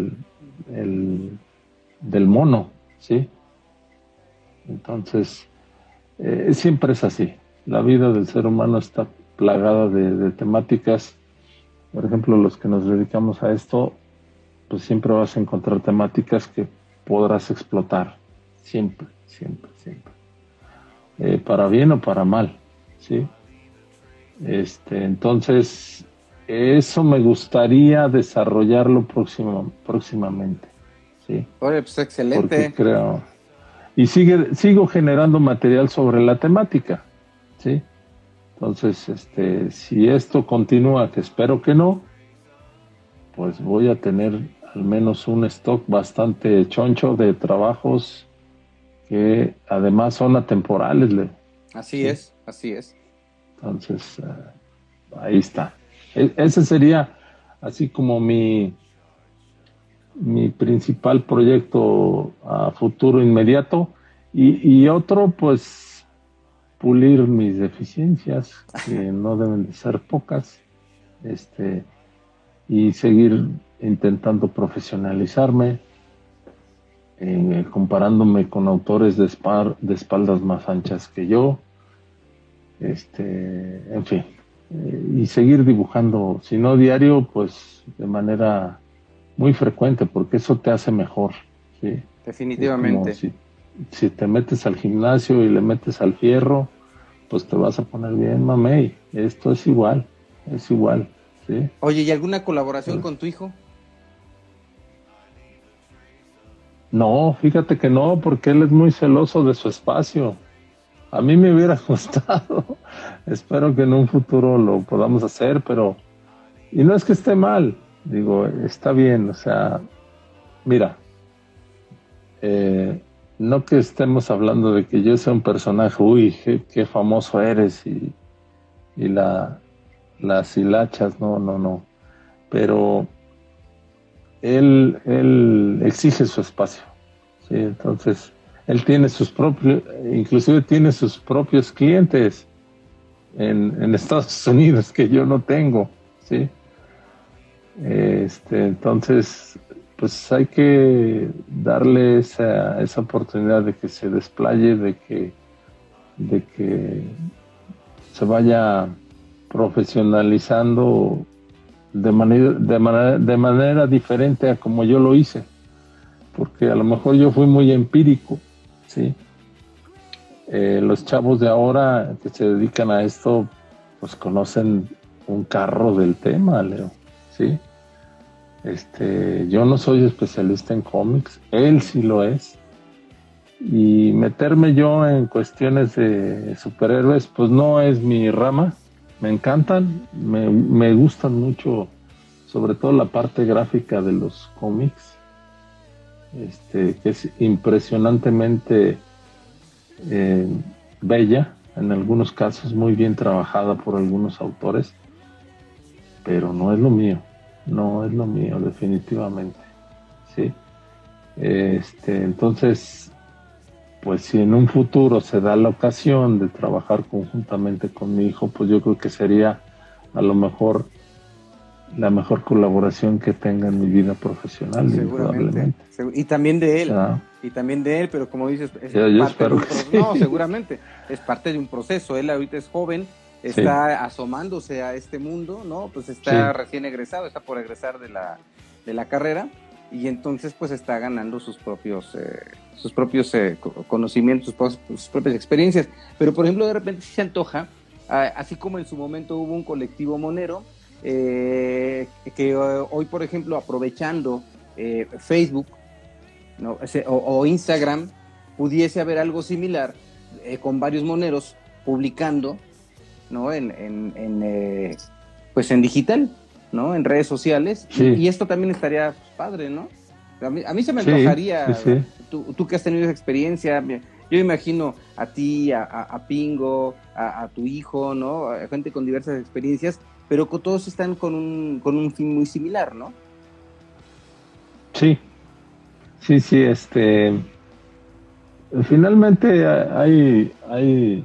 del mono, ¿sí? Entonces, siempre es así. La vida del ser humano está plagada de temáticas. Por ejemplo, los que nos dedicamos a esto, pues siempre vas a encontrar temáticas que podrás explotar. Siempre, siempre, siempre. Para bien o para mal, ¿sí? Entonces, eso me gustaría desarrollarlo próximamente, ¿sí? Oye, pues excelente. Porque creo... Y sigo generando material sobre la temática, ¿sí? Entonces, si esto continúa, que espero que no, pues voy a tener al menos un stock bastante choncho de trabajos que además son atemporales. Así es. Entonces, ahí está. Ese sería así como mi principal proyecto a futuro inmediato, y otro, pues, pulir mis deficiencias, que no deben de ser pocas, y seguir intentando profesionalizarme, comparándome con autores de espaldas más anchas que yo, en fin, y seguir dibujando, si no diario, pues de manera muy frecuente, porque eso te hace mejor, ¿sí? Definitivamente. Si te metes al gimnasio y le metes al fierro, pues te vas a poner bien, mamey. Esto es igual, ¿sí? Oye, ¿y alguna colaboración con tu hijo? No, fíjate que no, porque él es muy celoso de su espacio. A mí me hubiera gustado. Espero que en un futuro lo podamos hacer, pero... Y no es que esté mal, digo, está bien, o sea, mira, no que estemos hablando de que yo sea un personaje, uy, qué famoso eres, y las hilachas, no, pero él exige su espacio, ¿sí? Entonces, él tiene inclusive tiene sus propios clientes en Estados Unidos que yo no tengo, ¿sí? Entonces, pues hay que darle esa oportunidad de que se desplaye, de que se vaya profesionalizando de manera diferente a como yo lo hice, porque a lo mejor yo fui muy empírico, ¿sí? Los chavos de ahora que se dedican a esto, pues conocen un carro del tema, Leo, ¿sí? Yo no soy especialista en cómics, él sí lo es, y meterme yo en cuestiones de superhéroes, pues no es mi rama. Me encantan, me gustan mucho, sobre todo la parte gráfica de los cómics, que es impresionantemente bella, en algunos casos muy bien trabajada por algunos autores, pero no es lo mío definitivamente, ¿sí? Entonces, pues si en un futuro se da la ocasión de trabajar conjuntamente con mi hijo, pues yo creo que sería a lo mejor la mejor colaboración que tenga en mi vida profesional. Seguramente. Y también de él. ¿Ah? Y también de él, pero como dices, es yo parte espero de un que proceso. sí. No, seguramente. Es parte de un proceso. Él ahorita es joven, está asomándose a este mundo, ¿no? Pues está recién egresado, está por egresar de la carrera, y entonces pues está ganando sus propios conocimientos, sus propias experiencias. Pero por ejemplo, de repente sí se antoja, así como en su momento hubo un colectivo monero, que hoy, por ejemplo, aprovechando Facebook, ¿no? o Instagram, pudiese haber algo similar, con varios moneros publicando, ¿no? Pues en digital, ¿no? En redes sociales. Sí. Y esto también estaría padre, ¿no? A mí se me antojaría, sí. Tú que has tenido esa experiencia, yo imagino a ti, a Pingo, a tu hijo, ¿no? A gente con diversas experiencias, pero todos están con un fin muy similar, ¿no? Sí, finalmente hay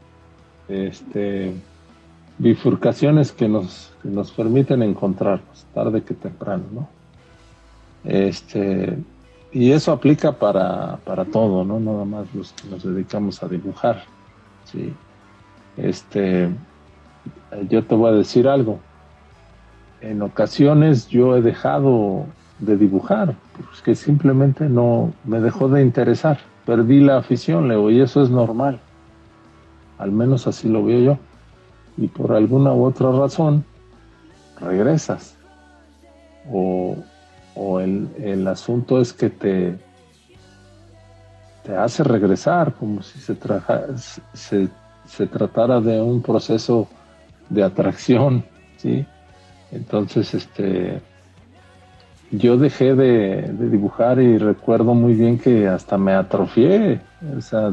bifurcaciones que nos permiten encontrarnos tarde que temprano, ¿no? Y eso aplica para todo, ¿no? Nada más los que nos dedicamos a dibujar, ¿sí? Yo te voy a decir algo. En ocasiones yo he dejado de dibujar, porque simplemente no me dejó de interesar. Perdí la afición, Leo, y eso es normal. Al menos así lo veo yo. Y por alguna u otra razón, regresas. O el asunto es que te hace regresar, como si se tratara de un proceso de atracción, ¿sí? Entonces, yo dejé de dibujar y recuerdo muy bien que hasta me atrofié, o sea,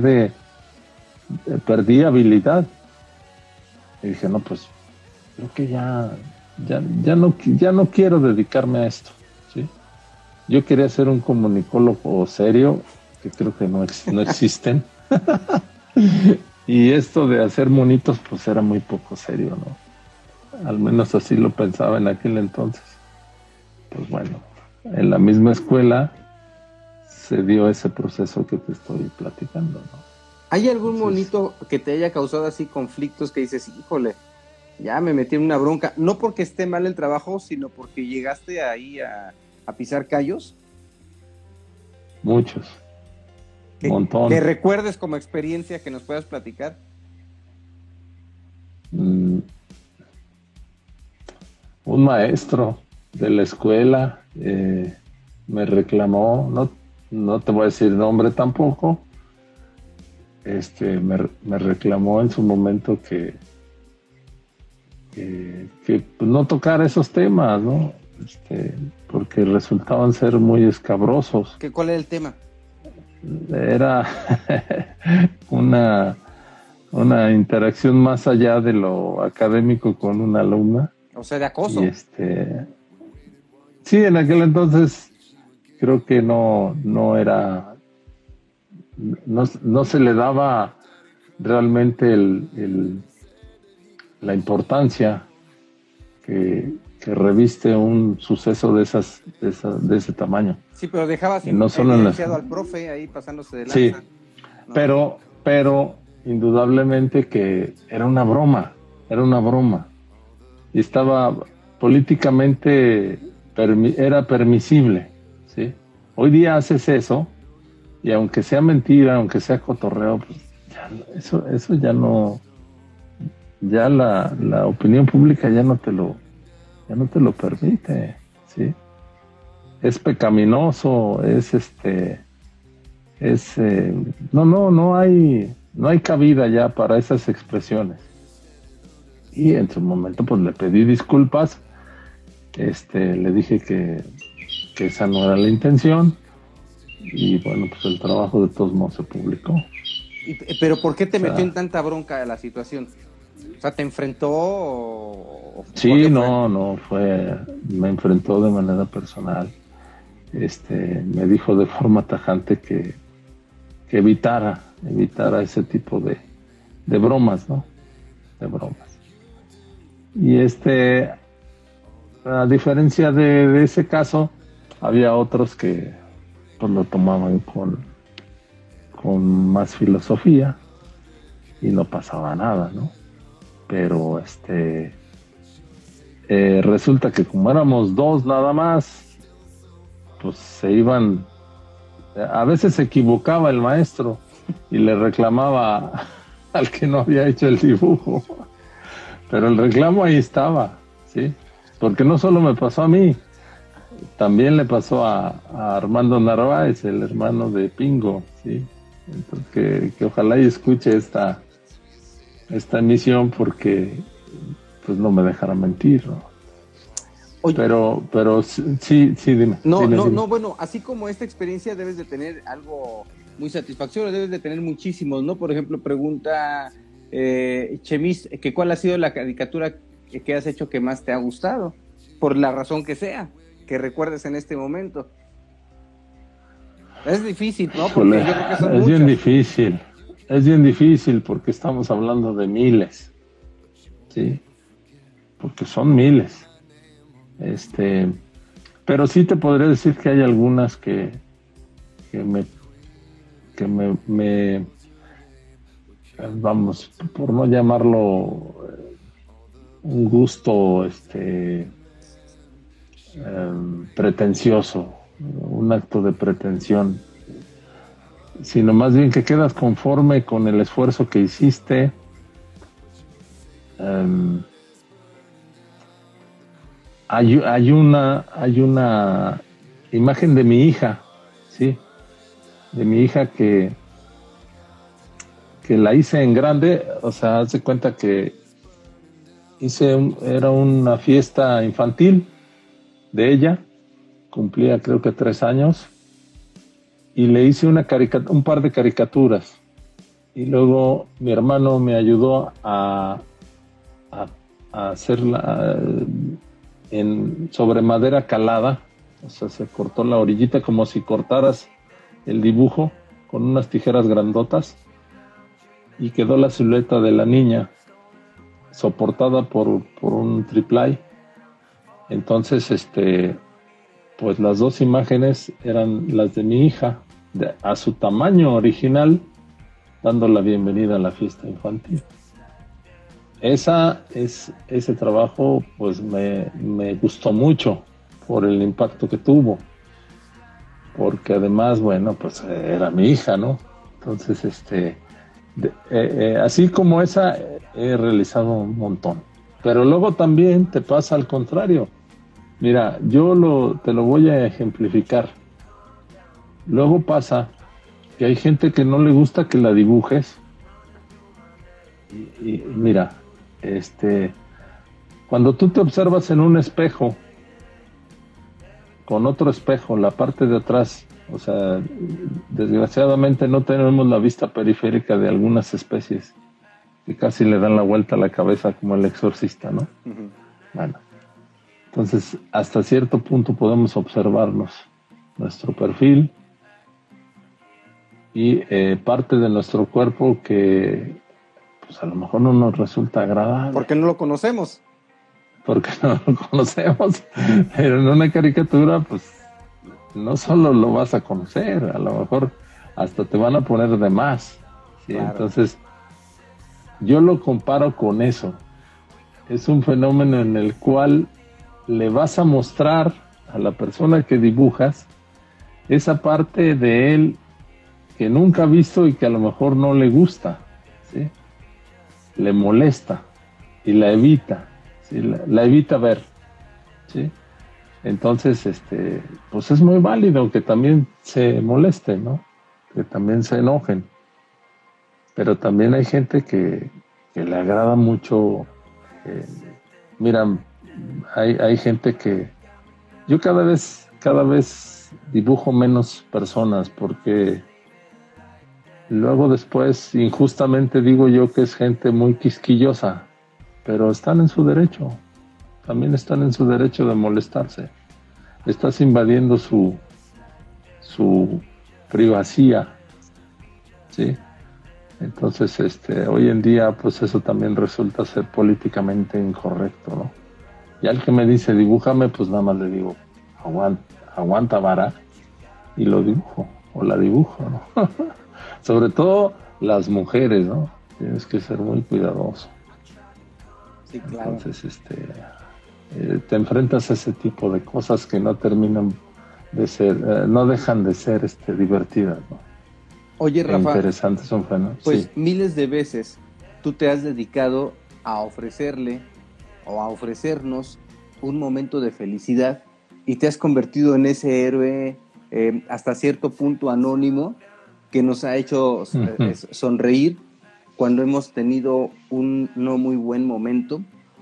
perdí habilidad. Y dije, no, pues, creo que ya no quiero dedicarme a esto, ¿sí? Yo quería ser un comunicólogo serio, que creo que no existen. Y esto de hacer monitos, pues era muy poco serio, ¿no? Al menos así lo pensaba en aquel entonces. Pues bueno, en la misma escuela se dio ese proceso que te estoy platicando, ¿no? ¿Hay algún monito que te haya causado así conflictos que dices, híjole, ya me metí en una bronca? No porque esté mal el trabajo, sino porque llegaste ahí a pisar callos. Muchos. Un montón. Que recuerdes como experiencia que nos puedas platicar. Un maestro de la escuela me reclamó, no te voy a decir nombre tampoco, me reclamó en su momento que pues, no tocara esos temas, ¿no? Porque resultaban ser muy escabrosos. ¿Cuál era el tema? Era una interacción más allá de lo académico con una alumna. O sea, de acoso. Y sí, en aquel entonces creo que no era, no se le daba realmente la importancia que reviste un suceso de ese tamaño. Sí, pero dejaba sin evidenciado al profe ahí pasándose de lanza. Sí, ¿no? pero indudablemente que era una broma. Y estaba políticamente, era permisible, ¿sí? Hoy día haces eso, y aunque sea mentira, aunque sea cotorreo, pues eso ya no, ya la opinión pública ya no te lo permite, ¿sí? Es pecaminoso, no hay cabida ya para esas expresiones. Y en su momento pues le pedí disculpas, le dije que esa no era la intención, y bueno, pues el trabajo de todos modos se publicó. ¿Pero por qué te metió en tanta bronca la situación? O sea, ¿te enfrentó? Sí, me enfrentó de manera personal. Me dijo de forma tajante que evitara ese tipo de bromas, ¿no? De bromas. Y a diferencia de ese caso, había otros que pues lo tomaban con más filosofía y no pasaba nada, ¿no? Pero resulta que como éramos dos nada más, pues se iban, a veces se equivocaba el maestro y le reclamaba al que no había hecho el dibujo, pero el reclamo ahí estaba, ¿sí? Porque no solo me pasó a mí, también le pasó a Armando Narváez, el hermano de Pingo, ¿sí? Entonces que ojalá y escuche esta emisión, porque pues no me dejará mentir, ¿no? Oye, pero sí, dime. No, bueno, así como esta experiencia debes de tener algo muy satisfactorio, debes de tener muchísimos, ¿no? Por ejemplo, pregunta Chemis, que ¿cuál ha sido la caricatura que has hecho que más te ha gustado? Por la razón que sea, que recuerdes en este momento. Es difícil, ¿no? Porque yo creo que son muchas. Es bien difícil porque estamos hablando de miles, ¿sí? Porque son miles. Pero sí te podría decir que hay algunas que me vamos, por no llamarlo un gusto pretencioso, un acto de pretensión, sino más bien que quedas conforme con el esfuerzo que hiciste. Hay una imagen de mi hija, sí, de mi hija que la hice en grande, o sea, haz de cuenta que era una fiesta infantil de ella, cumplía creo que 3 años, y le hice un par de caricaturas, y luego mi hermano me ayudó a hacerla sobre madera calada, o sea, se cortó la orillita como si cortaras el dibujo con unas tijeras grandotas, y quedó la silueta de la niña soportada por un triplay. Entonces, pues las dos imágenes eran las de mi hija, a su tamaño original, dando la bienvenida a la fiesta infantil. Ese trabajo pues me gustó mucho por el impacto que tuvo, porque además, bueno, pues era mi hija, ¿no? Entonces, así como esa, he realizado un montón. Pero luego también te pasa al contrario. Mira, te lo voy a ejemplificar. Luego pasa que hay gente que no le gusta que la dibujes. Y mira, cuando tú te observas en un espejo, con otro espejo, la parte de atrás, o sea, desgraciadamente no tenemos la vista periférica de algunas especies que casi le dan la vuelta a la cabeza como el exorcista, ¿no? Uh-huh. Bueno, entonces hasta cierto punto podemos observarnos nuestro perfil y parte de nuestro cuerpo que pues a lo mejor no nos resulta agradable. ¿Por qué no lo conocemos? Porque no lo conocemos, pero en una caricatura pues no solo lo vas a conocer, a lo mejor hasta te van a poner de más, ¿sí? Claro. Entonces yo lo comparo con eso. Es un fenómeno en el cual le vas a mostrar a la persona que dibujas esa parte de él que nunca ha visto y que a lo mejor no le gusta, ¿sí? Le molesta y la evita, ¿sí? La evita ver, ¿sí? Entonces, pues es muy válido que también se moleste, ¿no? Que también se enojen. Pero también hay gente que le agrada mucho. Mira, hay gente que... Yo cada vez dibujo menos personas porque luego después injustamente digo yo que es gente muy quisquillosa, pero están en su derecho. También están en su derecho de molestarse. Estás invadiendo su privacidad, ¿sí? Entonces, hoy en día, pues eso también resulta ser políticamente incorrecto, ¿no? Y al que me dice, dibújame, pues nada más le digo, aguanta vara, y lo dibujo, o la dibujo, ¿no? Sobre todo las mujeres, ¿no? Tienes que ser muy cuidadoso. Sí, claro. Entonces, te enfrentas a ese tipo de cosas que no terminan de ser, no dejan de ser divertidas, ¿no? Oye, Rafa, interesantes son fenómenos. Pues sí. Miles de veces tú te has dedicado a ofrecerle o a ofrecernos un momento de felicidad y te has convertido en ese héroe hasta cierto punto anónimo que nos ha hecho sonreír cuando hemos tenido un no muy buen momento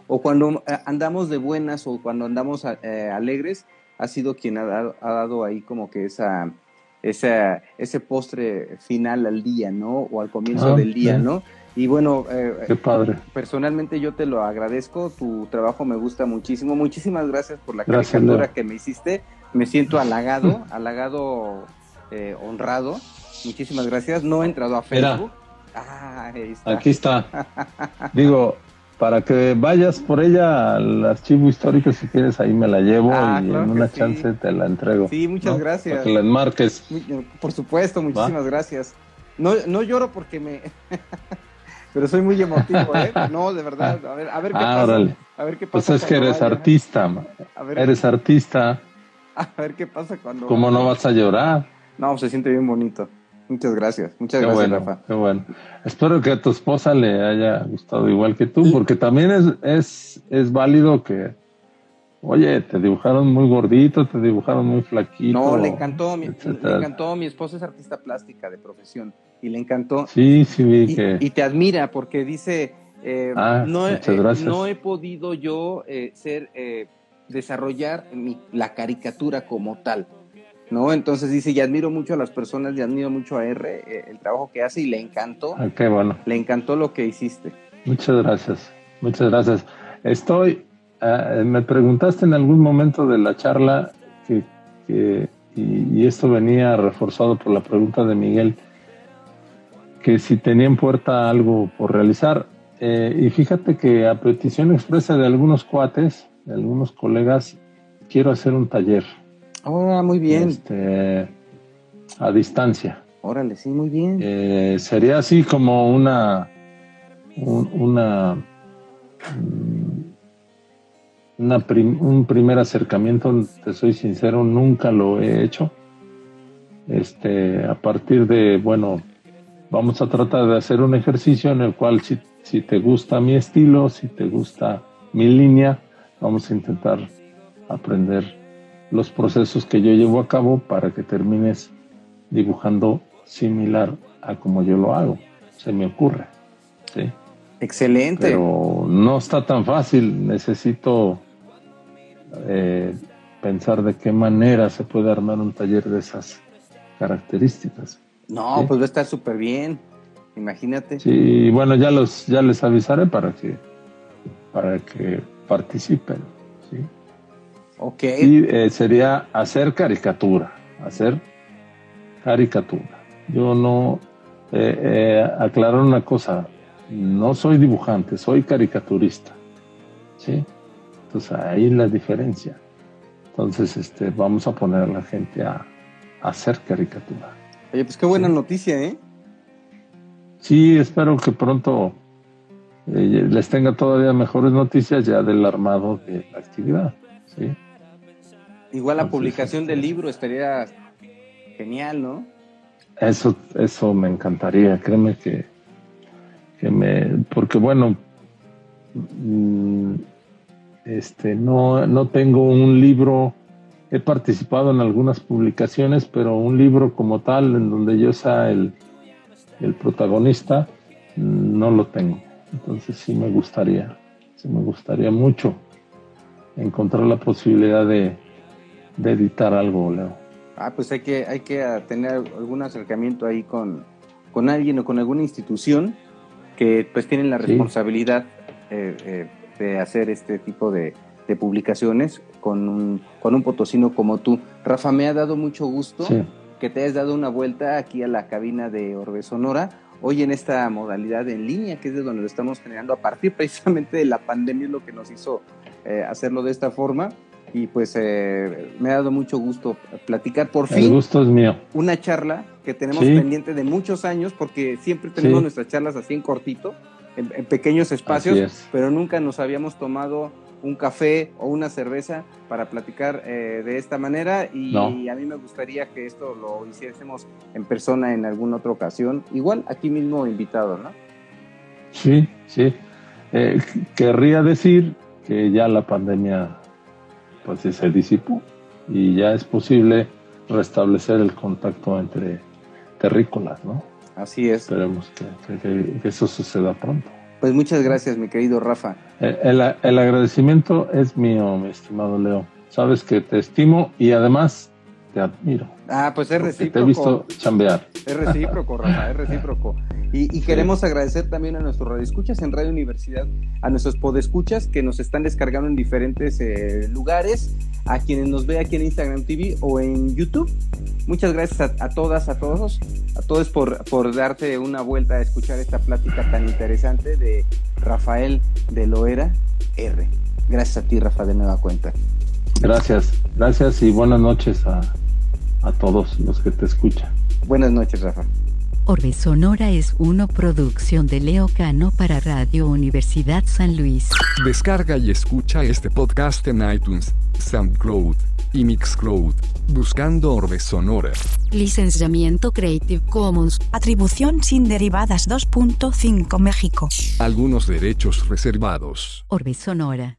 o cuando andamos de buenas o cuando andamos alegres, ha sido quien ha dado ahí como que ese postre final al día, ¿no? O al comienzo del día, ¿no? Y bueno, qué padre. Personalmente yo te lo agradezco, tu trabajo me gusta muchísimo. Muchísimas gracias por la caricatura que me hiciste. Me siento halagado, honrado. Muchísimas gracias. No he entrado a Facebook. Ahí está. Aquí está. Digo, para que vayas por ella al archivo histórico, si quieres, ahí me la llevo y claro, en una chance te la entrego. Sí, muchas gracias. Para que la enmarques. Por supuesto, muchísimas gracias. No lloro porque pero soy muy emotivo, ¿eh? No, de verdad. A ver qué pasa. Órale. A ver qué pasa. Pues es que eres artista. Eres artista. A ver qué pasa cuando... ¿Cómo no vas a llorar? No, se siente bien bonito. Muchas gracias. Muchas gracias, Rafa. Qué bueno. Espero que a tu esposa le haya gustado igual que tú, porque también es válido que, oye, te dibujaron muy gordito, te dibujaron muy flaquito. No, le encantó. Le encantó. Mi esposa es artista plástica de profesión y le encantó. Sí, vi que... Y te admira porque dice, muchas gracias. No he podido yo desarrollar la caricatura como tal, ¿no? Entonces dice, y admiro mucho a las personas, y admiro mucho a el trabajo que hace, y le encantó. Qué bueno. Le encantó lo que hiciste. Muchas gracias. Me preguntaste en algún momento de la charla y esto venía reforzado por la pregunta de Miguel, que si tenía en puerta algo por realizar, y fíjate que a petición expresa de algunos cuates, de algunos colegas, quiero hacer un taller. Muy bien. A distancia. Órale, sí, muy bien. Sería así como un primer acercamiento. Te soy sincero, nunca lo he hecho. A partir de, vamos a tratar de hacer un ejercicio en el cual si te gusta mi estilo, si te gusta mi línea, vamos a intentar aprender los procesos que yo llevo a cabo para que termines dibujando similar a como yo lo hago. Se me ocurre. ¿Sí? Excelente. Pero no está tan fácil. Necesito pensar de qué manera se puede armar un taller de esas características. No, ¿sí? Pues va a estar súper bien. Imagínate. Sí, bueno, ya les avisaré para que participen. ¿Sí? Ok. Y sería hacer caricatura. Yo no... aclarar una cosa. No soy dibujante, soy caricaturista. ¿Sí? Entonces ahí la diferencia. Entonces vamos a poner a la gente a hacer caricatura. Oye, pues qué buena noticia, ¿eh? Sí, espero que pronto les tenga todavía mejores noticias ya del armado de la actividad. ¿Sí? Igual la publicación del libro estaría genial, ¿no? Eso me encantaría, créeme que porque no tengo un libro. He participado en algunas publicaciones, pero un libro como tal, en donde yo sea el protagonista, no lo tengo. Entonces sí me gustaría mucho encontrar la posibilidad de editar algo, Leo. Pues hay que tener algún acercamiento ahí con alguien o con alguna institución que pues tienen la responsabilidad de hacer este tipo de publicaciones con un potosino como tú. Rafa, me ha dado mucho gusto que te hayas dado una vuelta aquí a la cabina de Orbe Sonora, hoy en esta modalidad en línea, que es de donde lo estamos generando a partir precisamente de la pandemia, es lo que nos hizo hacerlo de esta forma. Y pues me ha dado mucho gusto platicar por fin. El gusto es mío. Una charla que tenemos pendiente de muchos años, porque siempre tenemos nuestras charlas así en cortito, en pequeños espacios, pero nunca nos habíamos tomado un café o una cerveza para platicar de esta manera, y a mí me gustaría que esto lo hiciésemos en persona en alguna otra ocasión, igual aquí mismo invitado, ¿no? Sí. Querría decir que ya la pandemia pues se disipó y ya es posible restablecer el contacto entre terrícolas, ¿no? Así es. Esperemos que eso suceda pronto. Pues muchas gracias, mi querido Rafa. El agradecimiento es mío, mi estimado Leo. Sabes que te estimo y además te admiro. Pues es recíproco. Te he visto chambear. Es recíproco, Rafa, es recíproco. Y queremos agradecer también a nuestros radioescuchas en Radio Universidad, a nuestros podescuchas que nos están descargando en diferentes lugares, a quienes nos ve aquí en Instagram TV o en YouTube. Muchas gracias a todas, a todos por darte una vuelta a escuchar esta plática tan interesante de Rafael de Loera R. Gracias a ti, Rafa, de nueva cuenta. Gracias y buenas noches a todos los que te escuchan. Buenas noches, Rafa. Orbe Sonora es una producción de Leo Cano para Radio Universidad San Luis. Descarga y escucha este podcast en iTunes, SoundCloud y Mixcloud, buscando Orbe Sonora. Licenciamiento Creative Commons. Atribución sin derivadas 2.5 México. Algunos derechos reservados. Orbe Sonora.